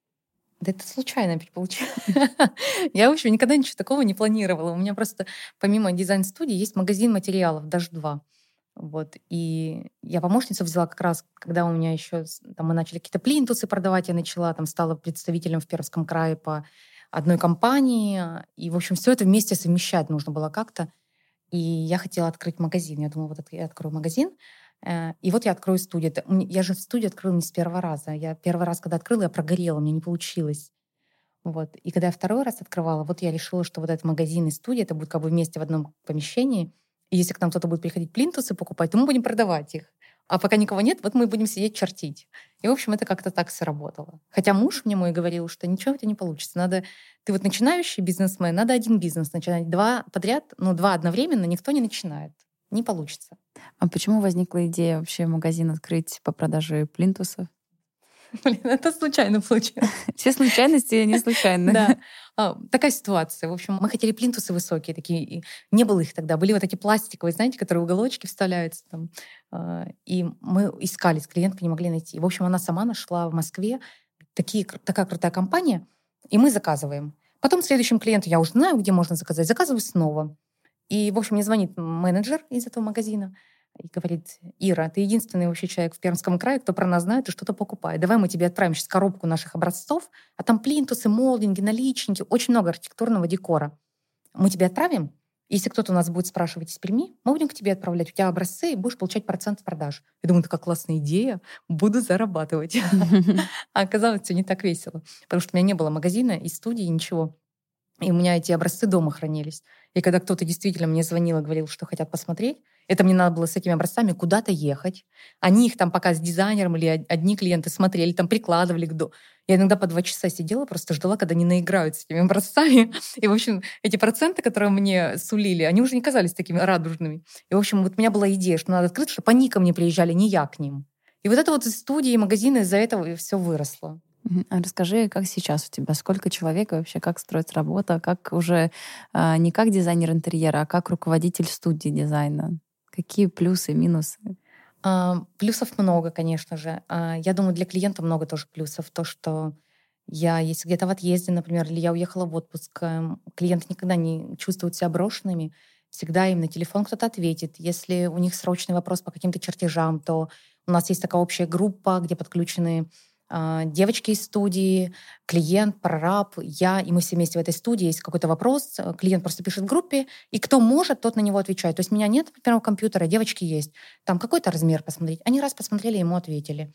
Да это случайно опять получилось. Я, в общем, никогда ничего такого не планировала. У меня просто помимо дизайн-студии есть магазин материалов, даже два. Вот. И я помощницу взяла как раз, когда у меня еще там мы начали какие-то плинтусы продавать, я начала, там стала представителем в Пермском крае по одной компании. И, в общем, все это вместе совмещать нужно было как-то. И я хотела открыть магазин. Я думала, вот я открою магазин, э, и вот я открою студию. Это, м, я же студию открыла не с первого раза. Я первый раз, когда открыла, я прогорела, мне не получилось. Вот. И когда я второй раз открывала, вот я решила, что вот этот магазин и студия, это будет как бы вместе в одном помещении. И если к нам кто-то будет приходить плинтусы покупать, то мы будем продавать их. А пока никого нет, вот мы будем сидеть чертить. И, в общем, это как-то так сработало. Хотя муж мне мой говорил, что ничего у тебя не получится. Надо, ты вот начинающий бизнесмен, надо один бизнес начинать. Два подряд, ну, два одновременно никто не начинает. Не получится. А почему возникла идея вообще магазин открыть по продаже плинтусов? Блин, это случайно получилось. Все случайности не случайны. Да. А, такая ситуация. В общем, мы хотели плинтусы высокие такие. И не было их тогда. Были вот эти пластиковые, знаете, которые в уголочки вставляются там. А, И мы искали с клиенткой, не могли найти. В общем, она сама нашла в Москве такие, кру- такая крутая компания, и мы заказываем. Потом следующим клиенту я уже знаю, где можно заказать. Заказываю снова. И, в общем, мне звонит менеджер из этого магазина и говорит: Ира, ты единственный вообще человек в Пермском крае, кто про нас знает и что-то покупает. Давай мы тебе отправим сейчас коробку наших образцов, а там плинтусы, молдинги, наличники, очень много архитектурного декора. Мы тебе отправим. Если кто-то у нас будет спрашивать из Перми, мы будем к тебе отправлять. У тебя образцы, и будешь получать процент с продаж. Я думаю, такая классная идея, буду зарабатывать. А оказалось, все не так весело, потому что у меня не было магазина и студии, ничего. И у меня эти образцы дома хранились. И когда кто-то действительно мне звонил и говорил, что хотят посмотреть, это мне надо было с этими образцами куда-то ехать. Они их там пока с дизайнером или од- одни клиенты смотрели, там прикладывали к до. Я иногда по два часа сидела, просто ждала, когда они наиграются с этими образцами. И, в общем, эти проценты, которые мне сулили, они уже не казались такими радужными. И, в общем, вот у меня была идея, что надо открыть, чтобы они ко мне приезжали, не я к ним. И вот это вот из студии и магазины из-за этого все выросло. Мгм. А расскажи, как сейчас у тебя? Сколько человек и вообще, как строится работа? Как уже а, не как дизайнер интерьера, а как руководитель студии дизайна? Какие плюсы, минусы? А, Плюсов много, конечно же. А, Я думаю, для клиента много тоже плюсов. То, что я, если где-то в отъезде, например, или я уехала в отпуск, эм, клиенты никогда не чувствуют себя брошенными. Всегда им на телефон кто-то ответит. Если у них срочный вопрос по каким-то чертежам, то у нас есть такая общая группа, где подключены а, девочки из студии, клиент, прораб, я, и мы все вместе в этой студии. Есть какой-то вопрос, э, клиент просто пишет в группе, и кто может, тот на него отвечает. То есть меня нет, например, у компьютера, девочки есть. Там какой-то размер посмотреть. Они раз посмотрели, ему ответили.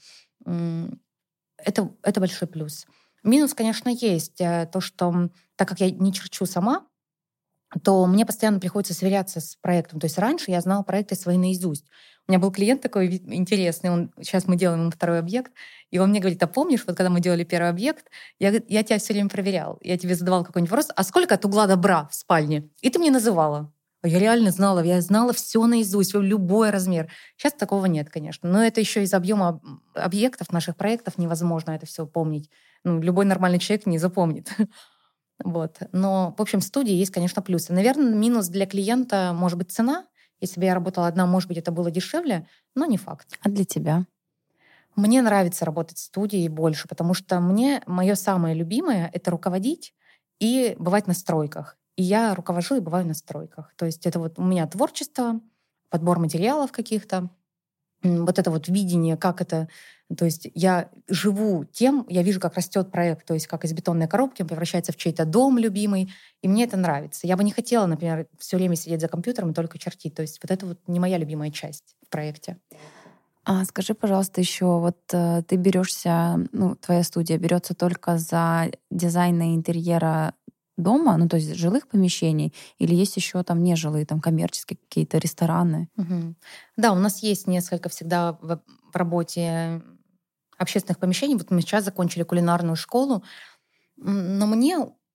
М, Это, это большой плюс. Минус, конечно, есть. э, То, что м, так как я не черчу сама, то мне постоянно приходится сверяться с проектом. То есть раньше я знала проекты свои наизусть. У меня был клиент такой интересный, он, сейчас мы делаем ему второй объект, и он мне говорит: а помнишь, вот когда мы делали первый объект, я, я тебя все время проверял, я тебе задавала какой-нибудь вопрос: а сколько от угла до бра в спальне? И ты мне называла. А я реально знала, я знала все наизусть, любой размер. Сейчас такого нет, конечно. Но это еще из объема объектов наших проектов невозможно это все помнить. Ну, любой нормальный человек не запомнит. Вот. Но, в общем, в студии есть, конечно, плюсы. Наверное, минус для клиента может быть цена. Если бы я работала одна, может быть, это было дешевле, но не факт. А для тебя? Мне нравится работать в студии больше, потому что мне мое самое любимое — это руководить и бывать на стройках. И я руковожу и бываю на стройках. То есть это вот у меня творчество, подбор материалов каких-то, вот это вот видение, как это... То есть я живу тем, я вижу, как растет проект, то есть как из бетонной коробки он превращается в чей-то дом любимый, и мне это нравится. Я бы не хотела, например, все время сидеть за компьютером и только чертить. То есть вот это вот не моя любимая часть в проекте. А скажи, пожалуйста, еще вот э, ты берешься, ну, твоя студия берется только за дизайн интерьера дома, ну, то есть жилых помещений, или есть еще там нежилые, там коммерческие какие-то рестораны? Мгм. Да, у нас есть несколько всегда в, в работе общественных помещений. Вот мы сейчас закончили кулинарную школу, М, но мне,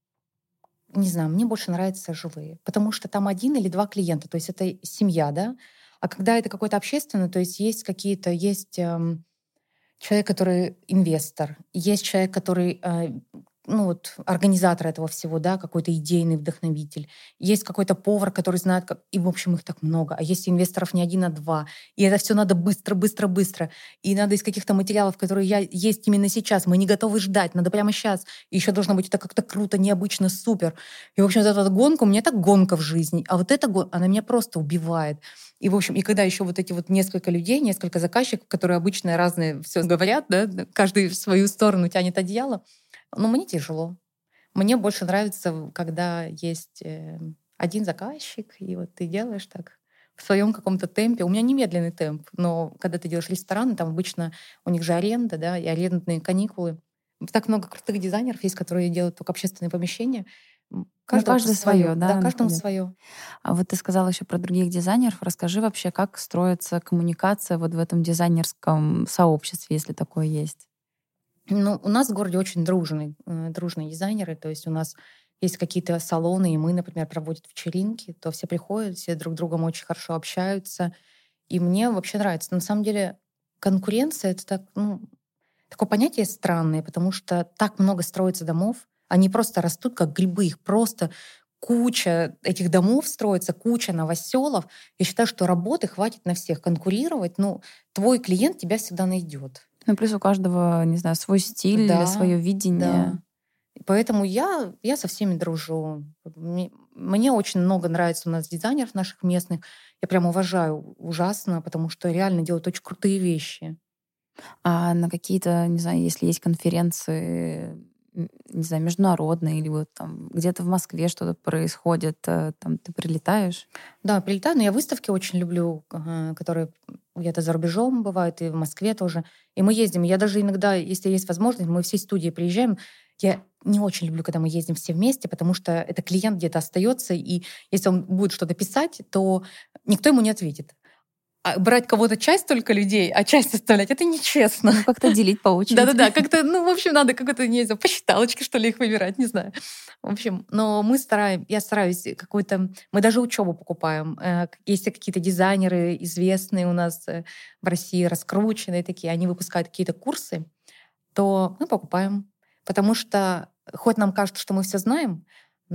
не знаю, мне больше нравятся жилые, потому что там один или два клиента, то есть это семья, да. А когда это какой-то общественный, то есть есть какие-то, есть эм, человек, который инвестор, есть человек, который э, ну вот организатор этого всего, да, какой-то идейный вдохновитель. Есть какой-то повар, который знает, как... И, в общем, их так много. А есть инвесторов не один, а два. И это все надо быстро, быстро, быстро. И надо из каких-то материалов, которые я... есть именно сейчас. Мы не готовы ждать. Надо прямо сейчас. И еще должно быть это как-то круто, необычно, супер. И, в общем, вот эта вот гонка, у меня так гонка в жизни. А вот эта гонка, она меня просто убивает. И, в общем, и когда еще вот эти вот несколько людей, несколько заказчиков, которые обычно разные все говорят, да, каждый в свою сторону тянет одеяло, ну, мне тяжело. Мне больше нравится, когда есть э, один заказчик, и вот ты делаешь так в своем каком-то темпе. У меня немедленный темп, но когда ты делаешь рестораны, там обычно у них же аренда, да, и арендные каникулы. Так много крутых дизайнеров есть, которые делают только общественные помещения. М, Ну, Каждого каждый свое, свое, да, да, каждому находит. свое. А вот ты сказала еще про других дизайнеров. Расскажи вообще, как строится коммуникация вот в этом дизайнерском сообществе, если такое есть? Ну, у нас в городе очень дружный, э, дружные дизайнеры, то есть у нас есть какие-то салоны, и мы, например, проводим вечеринки, то все приходят, все друг с другом очень хорошо общаются, и мне вообще нравится. На самом деле конкуренция — это так, ну, такое понятие странное, потому что так много строится домов, они просто растут как грибы, их просто куча этих домов строится, куча новоселов. Я считаю, что работы хватит на всех. Конкурировать, ну, твой клиент тебя всегда найдет. Ну, плюс у каждого, не знаю, свой стиль, Да, свое да. видение. И поэтому я, я со всеми дружу. Мне, мне очень много нравится у нас дизайнеров наших местных. Я прям уважаю ужасно, потому что реально делают очень крутые вещи. А на какие-то, не знаю, если есть конференции, м, не знаю, международные, или вот там где-то в Москве что-то происходит, э, там ты прилетаешь? Да, прилетаю, но я выставки очень люблю, ага, которые где-то за рубежом бывают, и в Москве тоже. И мы ездим. Я даже иногда, если есть возможность, мы всей студией приезжаем. Я не очень люблю, когда мы ездим все вместе, потому что это клиент где-то остается, и если он будет что-то писать, то никто ему не ответит. А брать кого-то часть только людей, а часть оставлять — это нечестно. Ну, как-то делить по очереди. Да-да-да, как-то, ну, в общем, надо как-то, не знаю, по считалочке, что ли, их выбирать, не знаю. В общем, но мы стараем, я стараюсь какой-то... Мы даже учебу покупаем. Э, Есть какие-то дизайнеры известные у нас э, в России, раскрученные такие, они выпускают какие-то курсы, то мы покупаем. Потому что хоть нам кажется, что мы все знаем,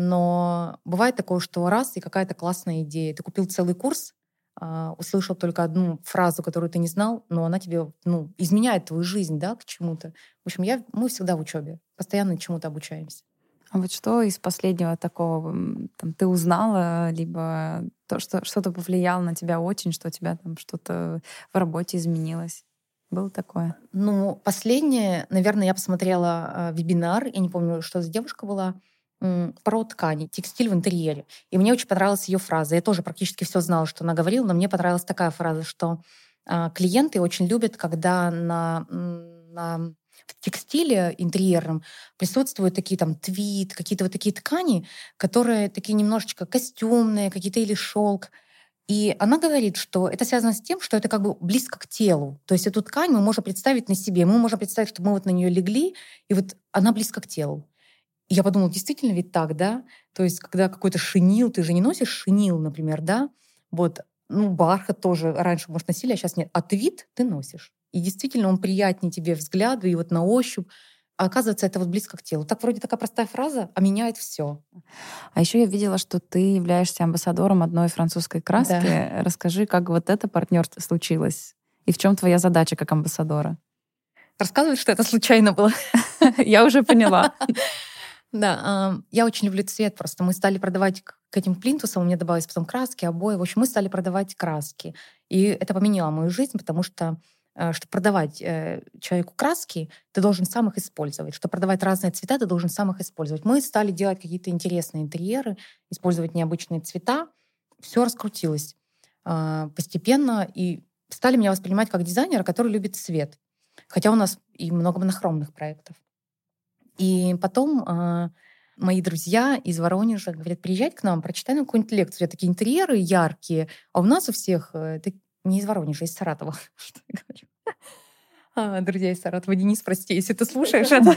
но бывает такое, что раз, и какая-то классная идея. Ты купил целый курс, а, услышал только одну фразу, которую ты не знал, но она тебе, ну, изменяет твою жизнь, да, к чему-то. В общем, я, мы всегда в учебе, постоянно чему-то обучаемся. А вот что из последнего такого м, там, ты узнала, либо то, что что-то повлияло на тебя очень, что у тебя там что-то в работе изменилось? Было такое? Ну, последнее, наверное, я посмотрела а, вебинар, я не помню, что за девушка была, м, про ткани, текстиль в интерьере. И мне очень понравилась ее фраза. Я тоже практически все знала, что она говорила, но мне понравилась такая фраза, что а, клиенты очень любят, когда на, м, на в текстиле интерьерном присутствуют такие там твид, какие-то вот такие ткани, которые такие немножечко костюмные, какие-то или шелк. И она говорит, что это связано с тем, что это как бы близко к телу. То есть эту ткань мы можем представить на себе. Мы можем представить, что мы вот на нее легли, и вот она близко к телу. И я подумала, действительно ведь так, да? То есть когда какой-то шинил, ты же не носишь шинил, например, да? Вот, ну, бархат тоже раньше, может, носили, а сейчас нет. А твид ты носишь. И действительно он приятнее тебе взгляду и вот на ощупь. А оказывается, это вот близко к телу. Так вроде такая простая фраза, а меняет все. А еще я видела, что ты являешься амбассадором одной французской краски. Да. Расскажи, как вот это партнерство случилось? И в чем твоя задача как амбассадора? Рассказывают, что это случайно было. Я уже поняла. Да, а, я очень люблю цвет. Просто мы стали продавать к к этим плинтусам, у меня добавились потом краски, обои. В общем, мы стали продавать краски. И это поменяло мою жизнь, потому что э, чтобы продавать э, человеку краски, ты должен сам их использовать. Чтобы продавать разные цвета, ты должен сам их использовать. Мы стали делать какие-то интересные интерьеры, использовать необычные цвета. Все раскрутилось а, постепенно, и стали меня воспринимать как дизайнера, который любит цвет. Хотя у нас и много монохромных проектов. И потом а, мои друзья из Воронежа говорят, приезжай к нам, прочитай нам какую-нибудь лекцию. Такие интерьеры яркие, а у нас у всех... э, ты не из Воронежа, из Саратова. Что я говорю? А, друзья из Саратова, Денис, прости, если ты слушаешь это.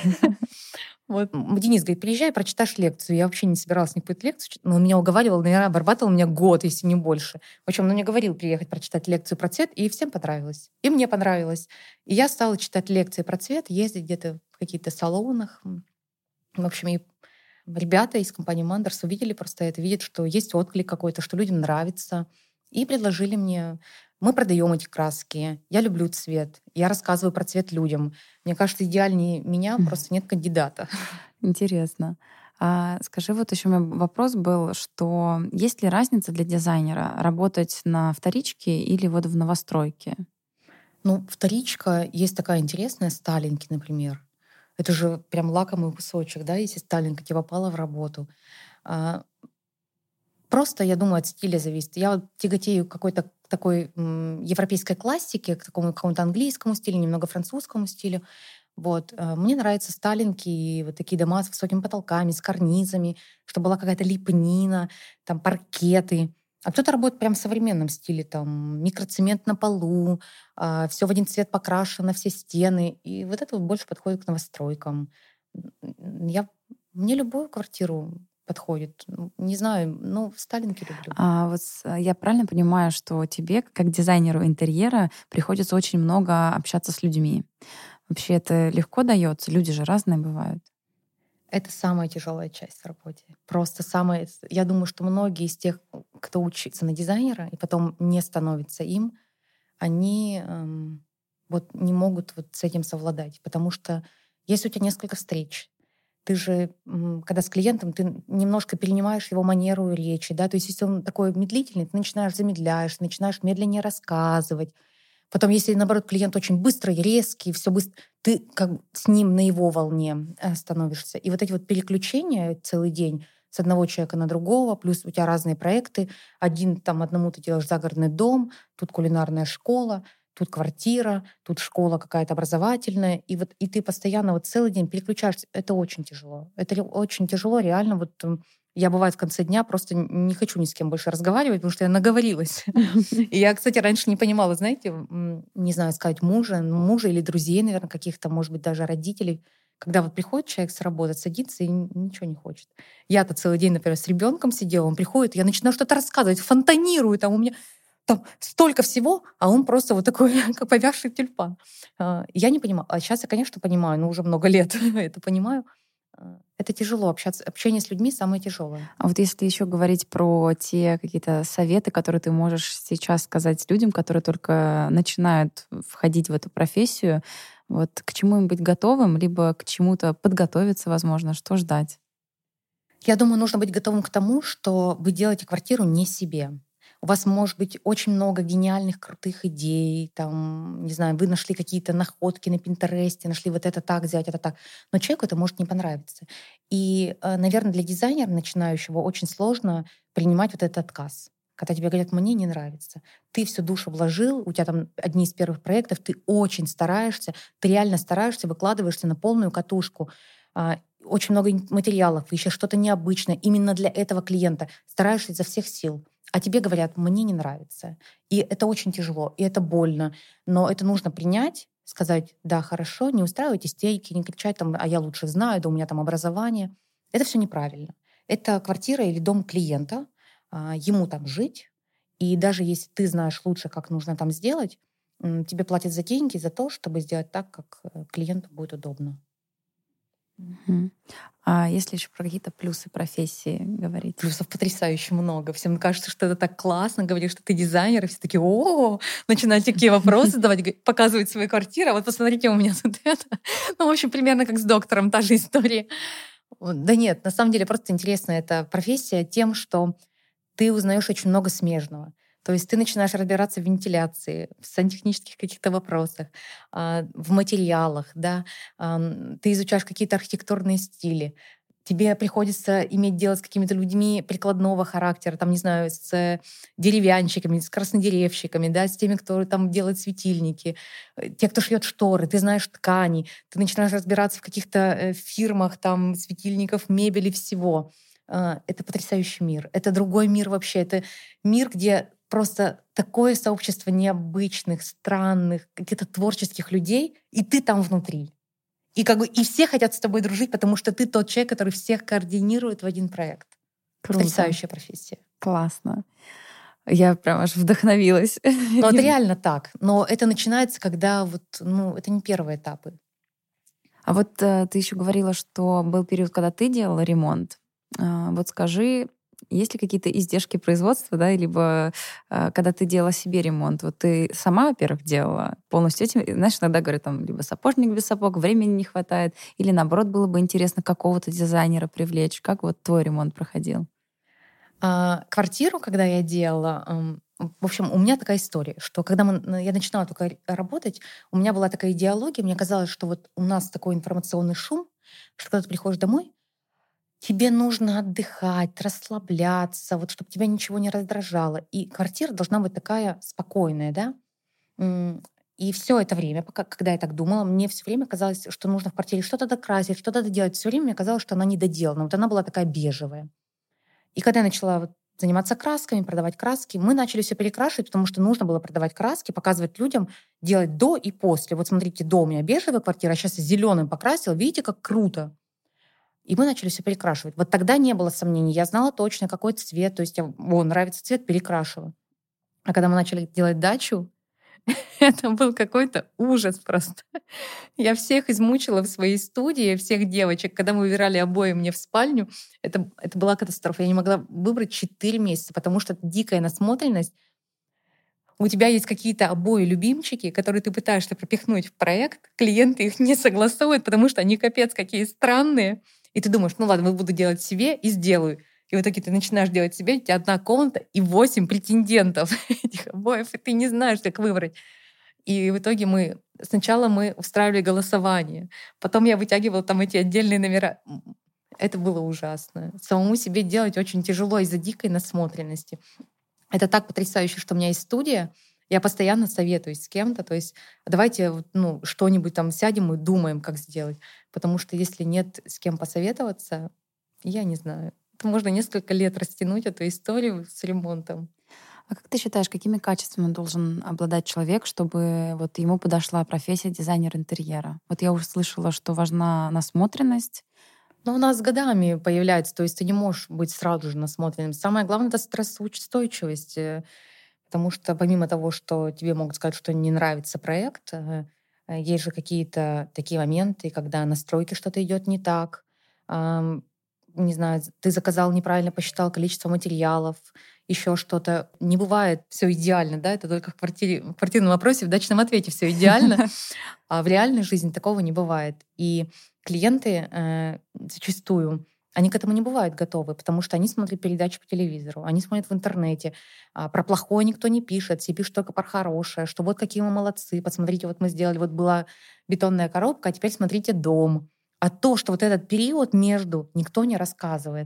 Вот. М, Денис говорит, приезжай, прочитаешь лекцию. Я вообще не собиралась никакую лекцию читать, но он меня уговаривал, наверное, обрабатывал меня год, если не больше. В общем, он мне говорил приехать прочитать лекцию про цвет, и всем понравилось. И мне понравилось. И я стала читать лекции про цвет, ездить где-то в каких-то салонах. М, В общем, и ребята из компании Мандерс увидели просто это, видят, что есть отклик какой-то, что людям нравится. И предложили мне, мы продаем эти краски, я люблю цвет, я рассказываю про цвет людям. Мне кажется, идеальнее меня просто нет кандидата. Интересно. А скажи, вот еще у меня вопрос был, что есть ли разница для дизайнера работать на вторичке или вот в новостройке? Ну, вторичка есть такая интересная, Сталинки, например. Это же прям лакомый кусочек, да, если Сталинка тебе попала в работу. А, Просто, я думаю, от стиля зависит. Я вот тяготею к какой-то такой м, европейской классике, к такому какому-то английскому стилю, немного французскому стилю. Вот. э, Мне нравятся сталинки и вот такие дома с высокими потолками, с карнизами, чтобы была какая-то лепнина, там паркеты. А кто-то работает прям в современном стиле, там микроцемент на полу, все в один цвет покрашено, все стены. И вот это вот больше подходит к новостройкам. М, Я, мне любую квартиру подходит. Ну, Не знаю, ну, в Сталинке люблю. А вот с- а я правильно понимаю, что тебе, как дизайнеру интерьера, приходится очень много общаться с людьми? Вообще это легко дается? Люди же разные бывают. Это самая тяжелая часть в работе. Просто самая... Я думаю, что многие из тех, кто учится на дизайнера и потом не становится им, они эм, вот не могут вот с этим совладать. Потому что если у тебя несколько встреч, ты же, м, когда с клиентом, ты немножко перенимаешь его манеру речи, да, то есть если он такой медлительный, ты начинаешь замедляешь, начинаешь медленнее рассказывать. Потом, если, наоборот, клиент очень быстрый, резкий, все быстро, ты как бы с ним на его волне э, становишься. И вот эти вот переключения целый день с одного человека на другого, плюс у тебя разные проекты. Один там одному ты делаешь загородный дом, тут кулинарная школа, тут квартира, тут школа какая-то образовательная. И вот и ты постоянно вот целый день переключаешься. Это очень тяжело. Это ре- очень тяжело, реально. Вот м, я, бывает, в конце дня просто н- не хочу ни с кем больше разговаривать, потому что я наговорилась. И я, кстати, раньше не понимала, знаете, м, не знаю, сказать мужа, ну, мужа или друзей, наверное, каких-то, может быть, даже родителей, когда вот приходит человек с работы, садится и н- ничего не хочет. Я-то целый день, например, с ребенком сидела, он приходит, я начинаю что-то рассказывать, фонтанирую, там у меня там столько всего, а он просто вот такой, как повязший тюльпан. А, Я не понимаю. А сейчас я, конечно, понимаю, но уже много лет это понимаю. А, Это тяжело общаться. Общение с людьми самое тяжелое. А вот если еще говорить про те какие-то советы, которые ты можешь сейчас сказать людям, которые только начинают входить в эту профессию, вот к чему им быть готовым, либо к чему-то подготовиться, возможно, что ждать? Я думаю, нужно быть готовым к тому, что вы делаете квартиру не себе. У вас может быть очень много гениальных, крутых идей, там, не знаю, вы нашли какие-то находки на Пинтересте, нашли вот это так взять, это так. Но человеку это может не понравиться. И, наверное, для дизайнера начинающего очень сложно принимать вот этот отказ. когда тебе говорят, мне не нравится. Ты всю душу вложил, у тебя там одни из первых проектов, ты очень стараешься, ты реально стараешься, выкладываешься на полную катушку. А, Очень много материалов, ищешь что-то необычное именно для этого клиента, стараешься изо всех сил. А тебе говорят, мне не нравится. И это очень тяжело, и это больно. Но это нужно принять, сказать, да, хорошо, не устраивать истерики, не кричать там, а я лучше знаю, да у меня там образование. Это все неправильно. Это квартира или дом клиента, а, ему там жить. И даже если ты знаешь лучше, как нужно там сделать, м, тебе платят за деньги за то, чтобы сделать так, как э, клиенту будет удобно. Мгм. А если еще про какие-то плюсы профессии говорить? Плюсов потрясающе много. Всем кажется, что это так классно, говоришь, что ты дизайнер, и все такие, о, начинают такие вопросы задавать, г- показывать свои квартиры. А вот посмотрите, у меня тут это. Ну, в общем, примерно как с доктором, та же история. Вот. Да нет, на самом деле просто интересна эта профессия тем, что ты узнаешь очень много смежного. То есть ты начинаешь разбираться в вентиляции, в сантехнических каких-то вопросах, а, в материалах, да, ам, ты изучаешь какие-то архитектурные стили. Тебе приходится иметь дело с какими-то людьми прикладного характера, там, не знаю, с э, деревянщиками, с краснодеревщиками, да, с теми, кто там делает светильники, э, те, кто шьет шторы, ты знаешь ткани, ты начинаешь разбираться в каких-то э, фирмах, там, светильников, мебели, всего. А, Это потрясающий мир. Это другой мир вообще. Это мир, где просто такое сообщество необычных, странных, каких-то творческих людей, и ты там внутри. И как бы и все хотят с тобой дружить, потому что ты тот человек, который всех координирует в один проект. Круто, Потрясающая профессия. классно. Я прям аж вдохновилась. Но это реально так. Но это начинается, когда вот, ну, это не первые этапы. А вот э, ты еще говорила, что был период, когда ты делала ремонт. А, вот скажи, есть ли какие-то издержки производства, да, либо а, когда ты делала себе ремонт, вот ты сама, во-первых, делала полностью этим, и, знаешь, иногда говорят, там, либо сапожник без сапог, времени не хватает, или наоборот, было бы интересно какого-то дизайнера привлечь. Как вот твой ремонт проходил? А, квартиру, когда я делала, ам, в общем, у меня такая история, что когда мы, н- я начинала только р- работать, у меня была такая идеология, мне казалось, что вот у нас такой информационный шум, что когда ты приходишь домой, тебе нужно отдыхать, расслабляться, вот чтобы тебя ничего не раздражало. И квартира должна быть такая спокойная, да? М, И все это время, пока, когда я так думала, мне все время казалось, что нужно в квартире что-то докрасить, что-то доделать. Все время мне казалось, что она недоделана. Вот она была такая бежевая. И когда я начала вот заниматься красками, продавать краски, мы начали все перекрашивать, потому что нужно было продавать краски, показывать людям, делать до и после. Вот смотрите, до у меня бежевая квартира, а сейчас я зеленым покрасила. Видите, как круто. И мы начали все перекрашивать. Вот тогда не было сомнений. Я знала точно, какой цвет. То есть, я, о, нравится цвет, перекрашиваю. А когда мы начали делать дачу, это был какой-то ужас просто. Я всех измучила в своей студии, всех девочек. Когда мы выбирали обои мне в спальню, это, это была катастрофа. Я не могла выбрать четыре месяца, потому что это дикая насмотренность. У тебя есть какие-то обои-любимчики, которые ты пытаешься пропихнуть в проект, клиенты их не согласовывают, потому что они капец какие странные. И ты думаешь, ну ладно, буду делать себе и сделаю. И в итоге ты начинаешь делать себе, у тебя одна комната и восемь претендентов этих обоев, и ты не знаешь, как выбрать. И в итоге мы сначала мы устраивали голосование, потом я вытягивала там эти отдельные номера. М, Это было ужасно. Самому себе делать очень тяжело из-за дикой насмотренности. Это так потрясающе, что у меня есть студия. Я постоянно советуюсь с кем-то. То есть давайте вот, ну, что-нибудь там сядем и думаем, как сделать. Потому что если нет с кем посоветоваться, я не знаю. Это можно несколько лет растянуть эту историю с ремонтом. А как ты считаешь, какими качествами должен обладать человек, чтобы вот ему подошла профессия дизайнер интерьера? Вот я уже слышала, что важна насмотренность. Но у нас с годами появляется, то есть ты не можешь быть сразу же насмотренным. Самое главное — это стрессоустойчивость, э, потому что помимо того, что тебе могут сказать, что не нравится проект, э, э, есть же какие-то такие моменты, когда на стройке что-то идет не так, ам, не знаю, ты заказал неправильно, посчитал количество материалов, еще что-то. Не бывает все идеально, да, это только в квартире, в квартирном вопросе, в дачном ответе все идеально, а в реальной жизни такого не бывает. И клиенты э, зачастую, они к этому не бывают готовы, потому что они смотрят передачи по телевизору, они смотрят в интернете. А про плохое никто не пишет, все пишут только про хорошее, что вот какие мы молодцы, посмотрите, вот мы сделали, вот была бетонная коробка, а теперь смотрите дом. А то, что вот этот период между, никто не рассказывает.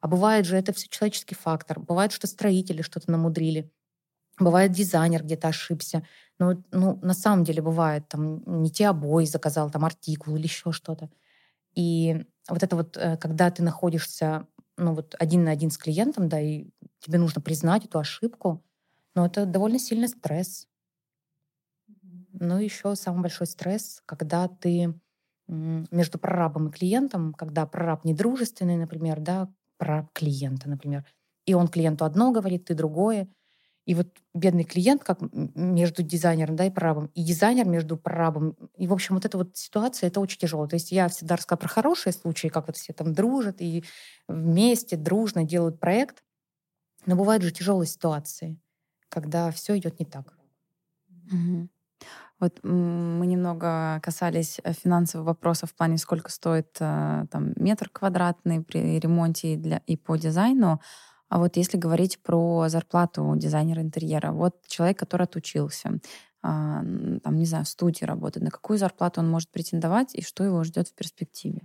А бывает же, это все человеческий фактор. Бывает, что строители что-то намудрили. Бывает, дизайнер где-то ошибся. Но вот, ну, на самом деле бывает, там, не те обои заказал, там, артикул или еще что-то. И вот это вот, э, когда ты находишься, ну, вот один на один с клиентом, да, и тебе нужно признать эту ошибку, но это довольно сильный стресс. Ну, еще самый большой стресс, когда ты м, между прорабом и клиентом, когда прораб недружественный, например, да, прораб клиента, например, и он клиенту одно говорит, ты другое. И вот бедный клиент, как м- между дизайнером, да, и прорабом, и дизайнер между прорабом. И, в общем, вот эта вот ситуация, это очень тяжело. То есть я всегда рассказываю про хорошие случаи, как вот все там дружат и вместе дружно делают проект. Но бывают же тяжелые ситуации, когда все идет не так. Мгм. Вот м, мы немного касались э, финансовых вопросов в плане, сколько стоит э, там метр квадратный при ремонте и, для, и по дизайну. А вот если говорить про зарплату дизайнера интерьера, вот человек, который отучился, а, м, там, не знаю, в студии работает, на какую зарплату он может претендовать и что его ждет в перспективе?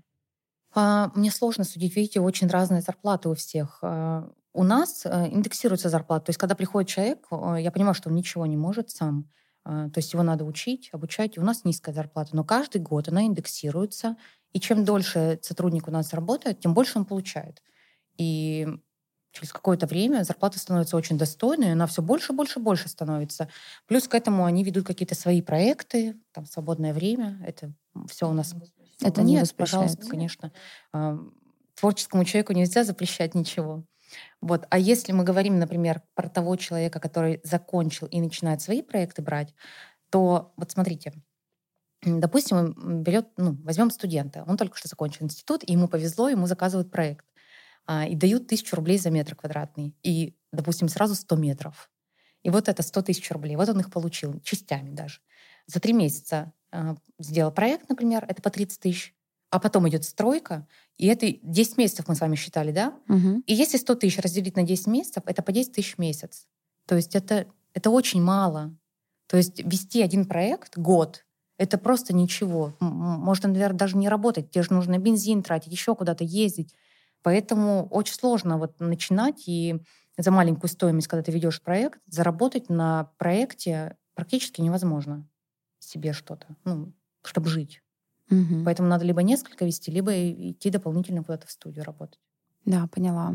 А, Мне сложно судить, видите, очень разные зарплаты у всех. А, У нас э, индексируется зарплата. То есть, когда приходит человек, э, я понимаю, что он ничего не может сам. А, То есть его надо учить, обучать. И у нас низкая зарплата. Но каждый год она индексируется. И чем дольше сотрудник у нас работает, тем больше он получает. И через какое-то время зарплата становится очень достойной, и она все больше, больше, больше становится. Плюс к этому они ведут какие-то свои проекты, там свободное время. Это все у нас. Это не Нет, пожалуйста, воспрещается. конечно. А, Творческому человеку нельзя запрещать ничего. Вот. А если мы говорим, например, про того человека, который закончил и начинает свои проекты брать, то вот смотрите, м, допустим, он берет, ну, возьмем студента, он только что закончил институт, и ему повезло, ему заказывают проект, а, и дают тысячу рублей за метр квадратный, и, допустим, сразу сто метров. И вот это сто тысяч рублей, вот он их получил, частями даже. За три месяца а, сделал проект, например, это по тридцать тысяч, а потом идет стройка, и это десять месяцев мы с вами считали, да? Мгм. И если сто тысяч разделить на десять месяцев, это по десять тысяч в месяц. То есть это, это очень мало. То есть вести один проект год, это просто ничего. М, м, Можно, наверное, даже не работать. Тебе же нужно бензин тратить, еще куда-то ездить. Поэтому очень сложно вот начинать и за маленькую стоимость, когда ты ведешь проект, заработать на проекте практически невозможно себе что-то, ну, чтобы жить. Мгм. Поэтому надо либо несколько вести, либо и- идти дополнительно куда-то в студию работать. Да, поняла.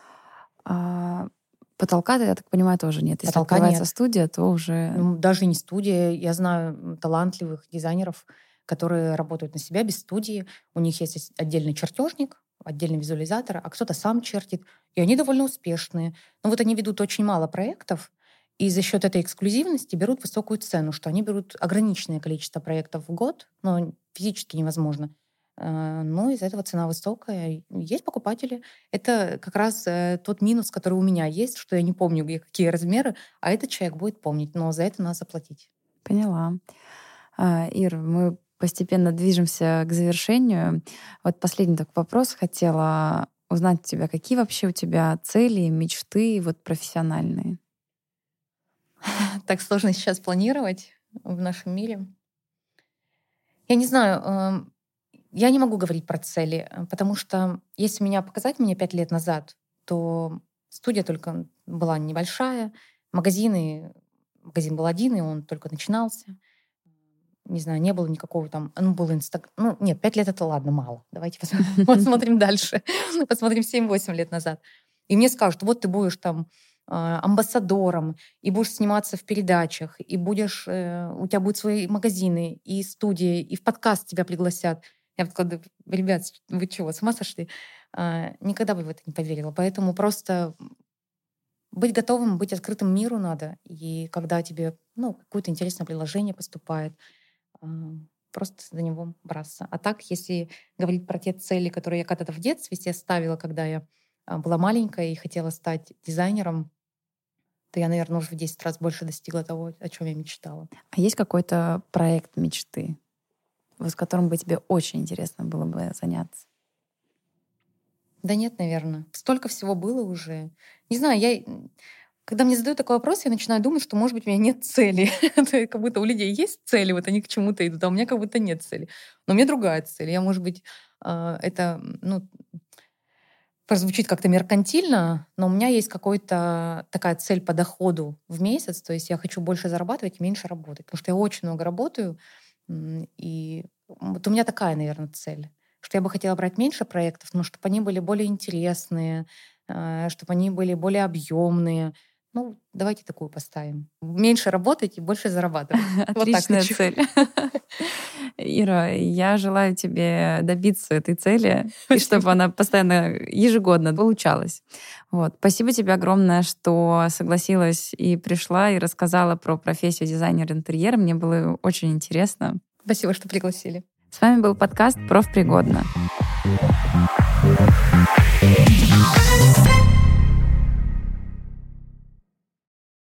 А потолка, я так понимаю, тоже нет. Если Потолка открывается нет. студия, то уже... Ну, даже не студия. Я знаю м, талантливых дизайнеров, которые работают на себя без студии. У них есть ос- отдельный чертежник, отдельный визуализатор, а кто-то сам чертит. И они довольно успешные. Но вот они ведут очень мало проектов, и за счет этой эксклюзивности берут высокую цену, что они берут ограниченное количество проектов в год, но физически невозможно. Э, Но из-за этого цена высокая. Есть покупатели. Это как раз э, тот минус, который у меня есть, что я не помню, где какие размеры, а этот человек будет помнить, но за это надо заплатить. Поняла. А, Ир, мы постепенно движемся к завершению. Вот последний такой вопрос. Хотела узнать у тебя, какие вообще у тебя цели, мечты вот профессиональные? Так сложно сейчас планировать в нашем мире. Я не знаю, эм, я не могу говорить про цели, э, потому что если меня показать мне пять лет назад, то студия только была небольшая, магазины, магазин был один, и он только начинался. Не знаю, не было никакого там, ну, был инстаг... Ну, нет, пять лет это ладно, мало. Давайте пос- посмотрим дальше. Посмотрим семь-восемь лет назад. И мне скажут, вот ты будешь там а, амбассадором, и будешь сниматься в передачах, и будешь, э, у тебя будут свои магазины, и студии, и в подкаст тебя пригласят. Я вот когда, ребят, вы чего, с ума сошли? А, Никогда бы в это не поверила. Поэтому просто быть готовым, быть открытым миру надо. И когда тебе, ну, какое-то интересное предложение поступает, а, просто за него браться. А так, если говорить про те цели, которые я когда-то в детстве себе ставила, когда я а, была маленькая и хотела стать дизайнером, то я, наверное, уже в десять раз больше достигла того, о чем я мечтала. А есть какой-то проект мечты, вот с которым бы тебе очень интересно было бы заняться? Да нет, наверное. Столько всего было уже. Не знаю, я... м, когда мне задают такой вопрос, я начинаю думать, что, может быть, у меня нет цели. Это как будто у людей есть цели, вот они к чему-то идут, а у меня как будто нет цели. Но у меня другая цель. Я, может быть, а, это, ну, прозвучит как-то меркантильно, но у меня есть какая-то такая цель по доходу в месяц, то есть я хочу больше зарабатывать и меньше работать, потому что я очень много работаю, и вот у меня такая, наверное, цель, что я бы хотела брать меньше проектов, но чтобы они были более интересные, чтобы они были более объемные. Ну, давайте такую поставим. Меньше работать и больше зарабатывать. Отличная цель. Ира, я желаю тебе добиться этой цели, и чтобы она постоянно, ежегодно получалась. Вот. Спасибо тебе огромное, что согласилась и пришла, и рассказала про профессию дизайнера интерьера. Мне было очень интересно. Спасибо, что пригласили. С вами был подкаст «Профпригодно».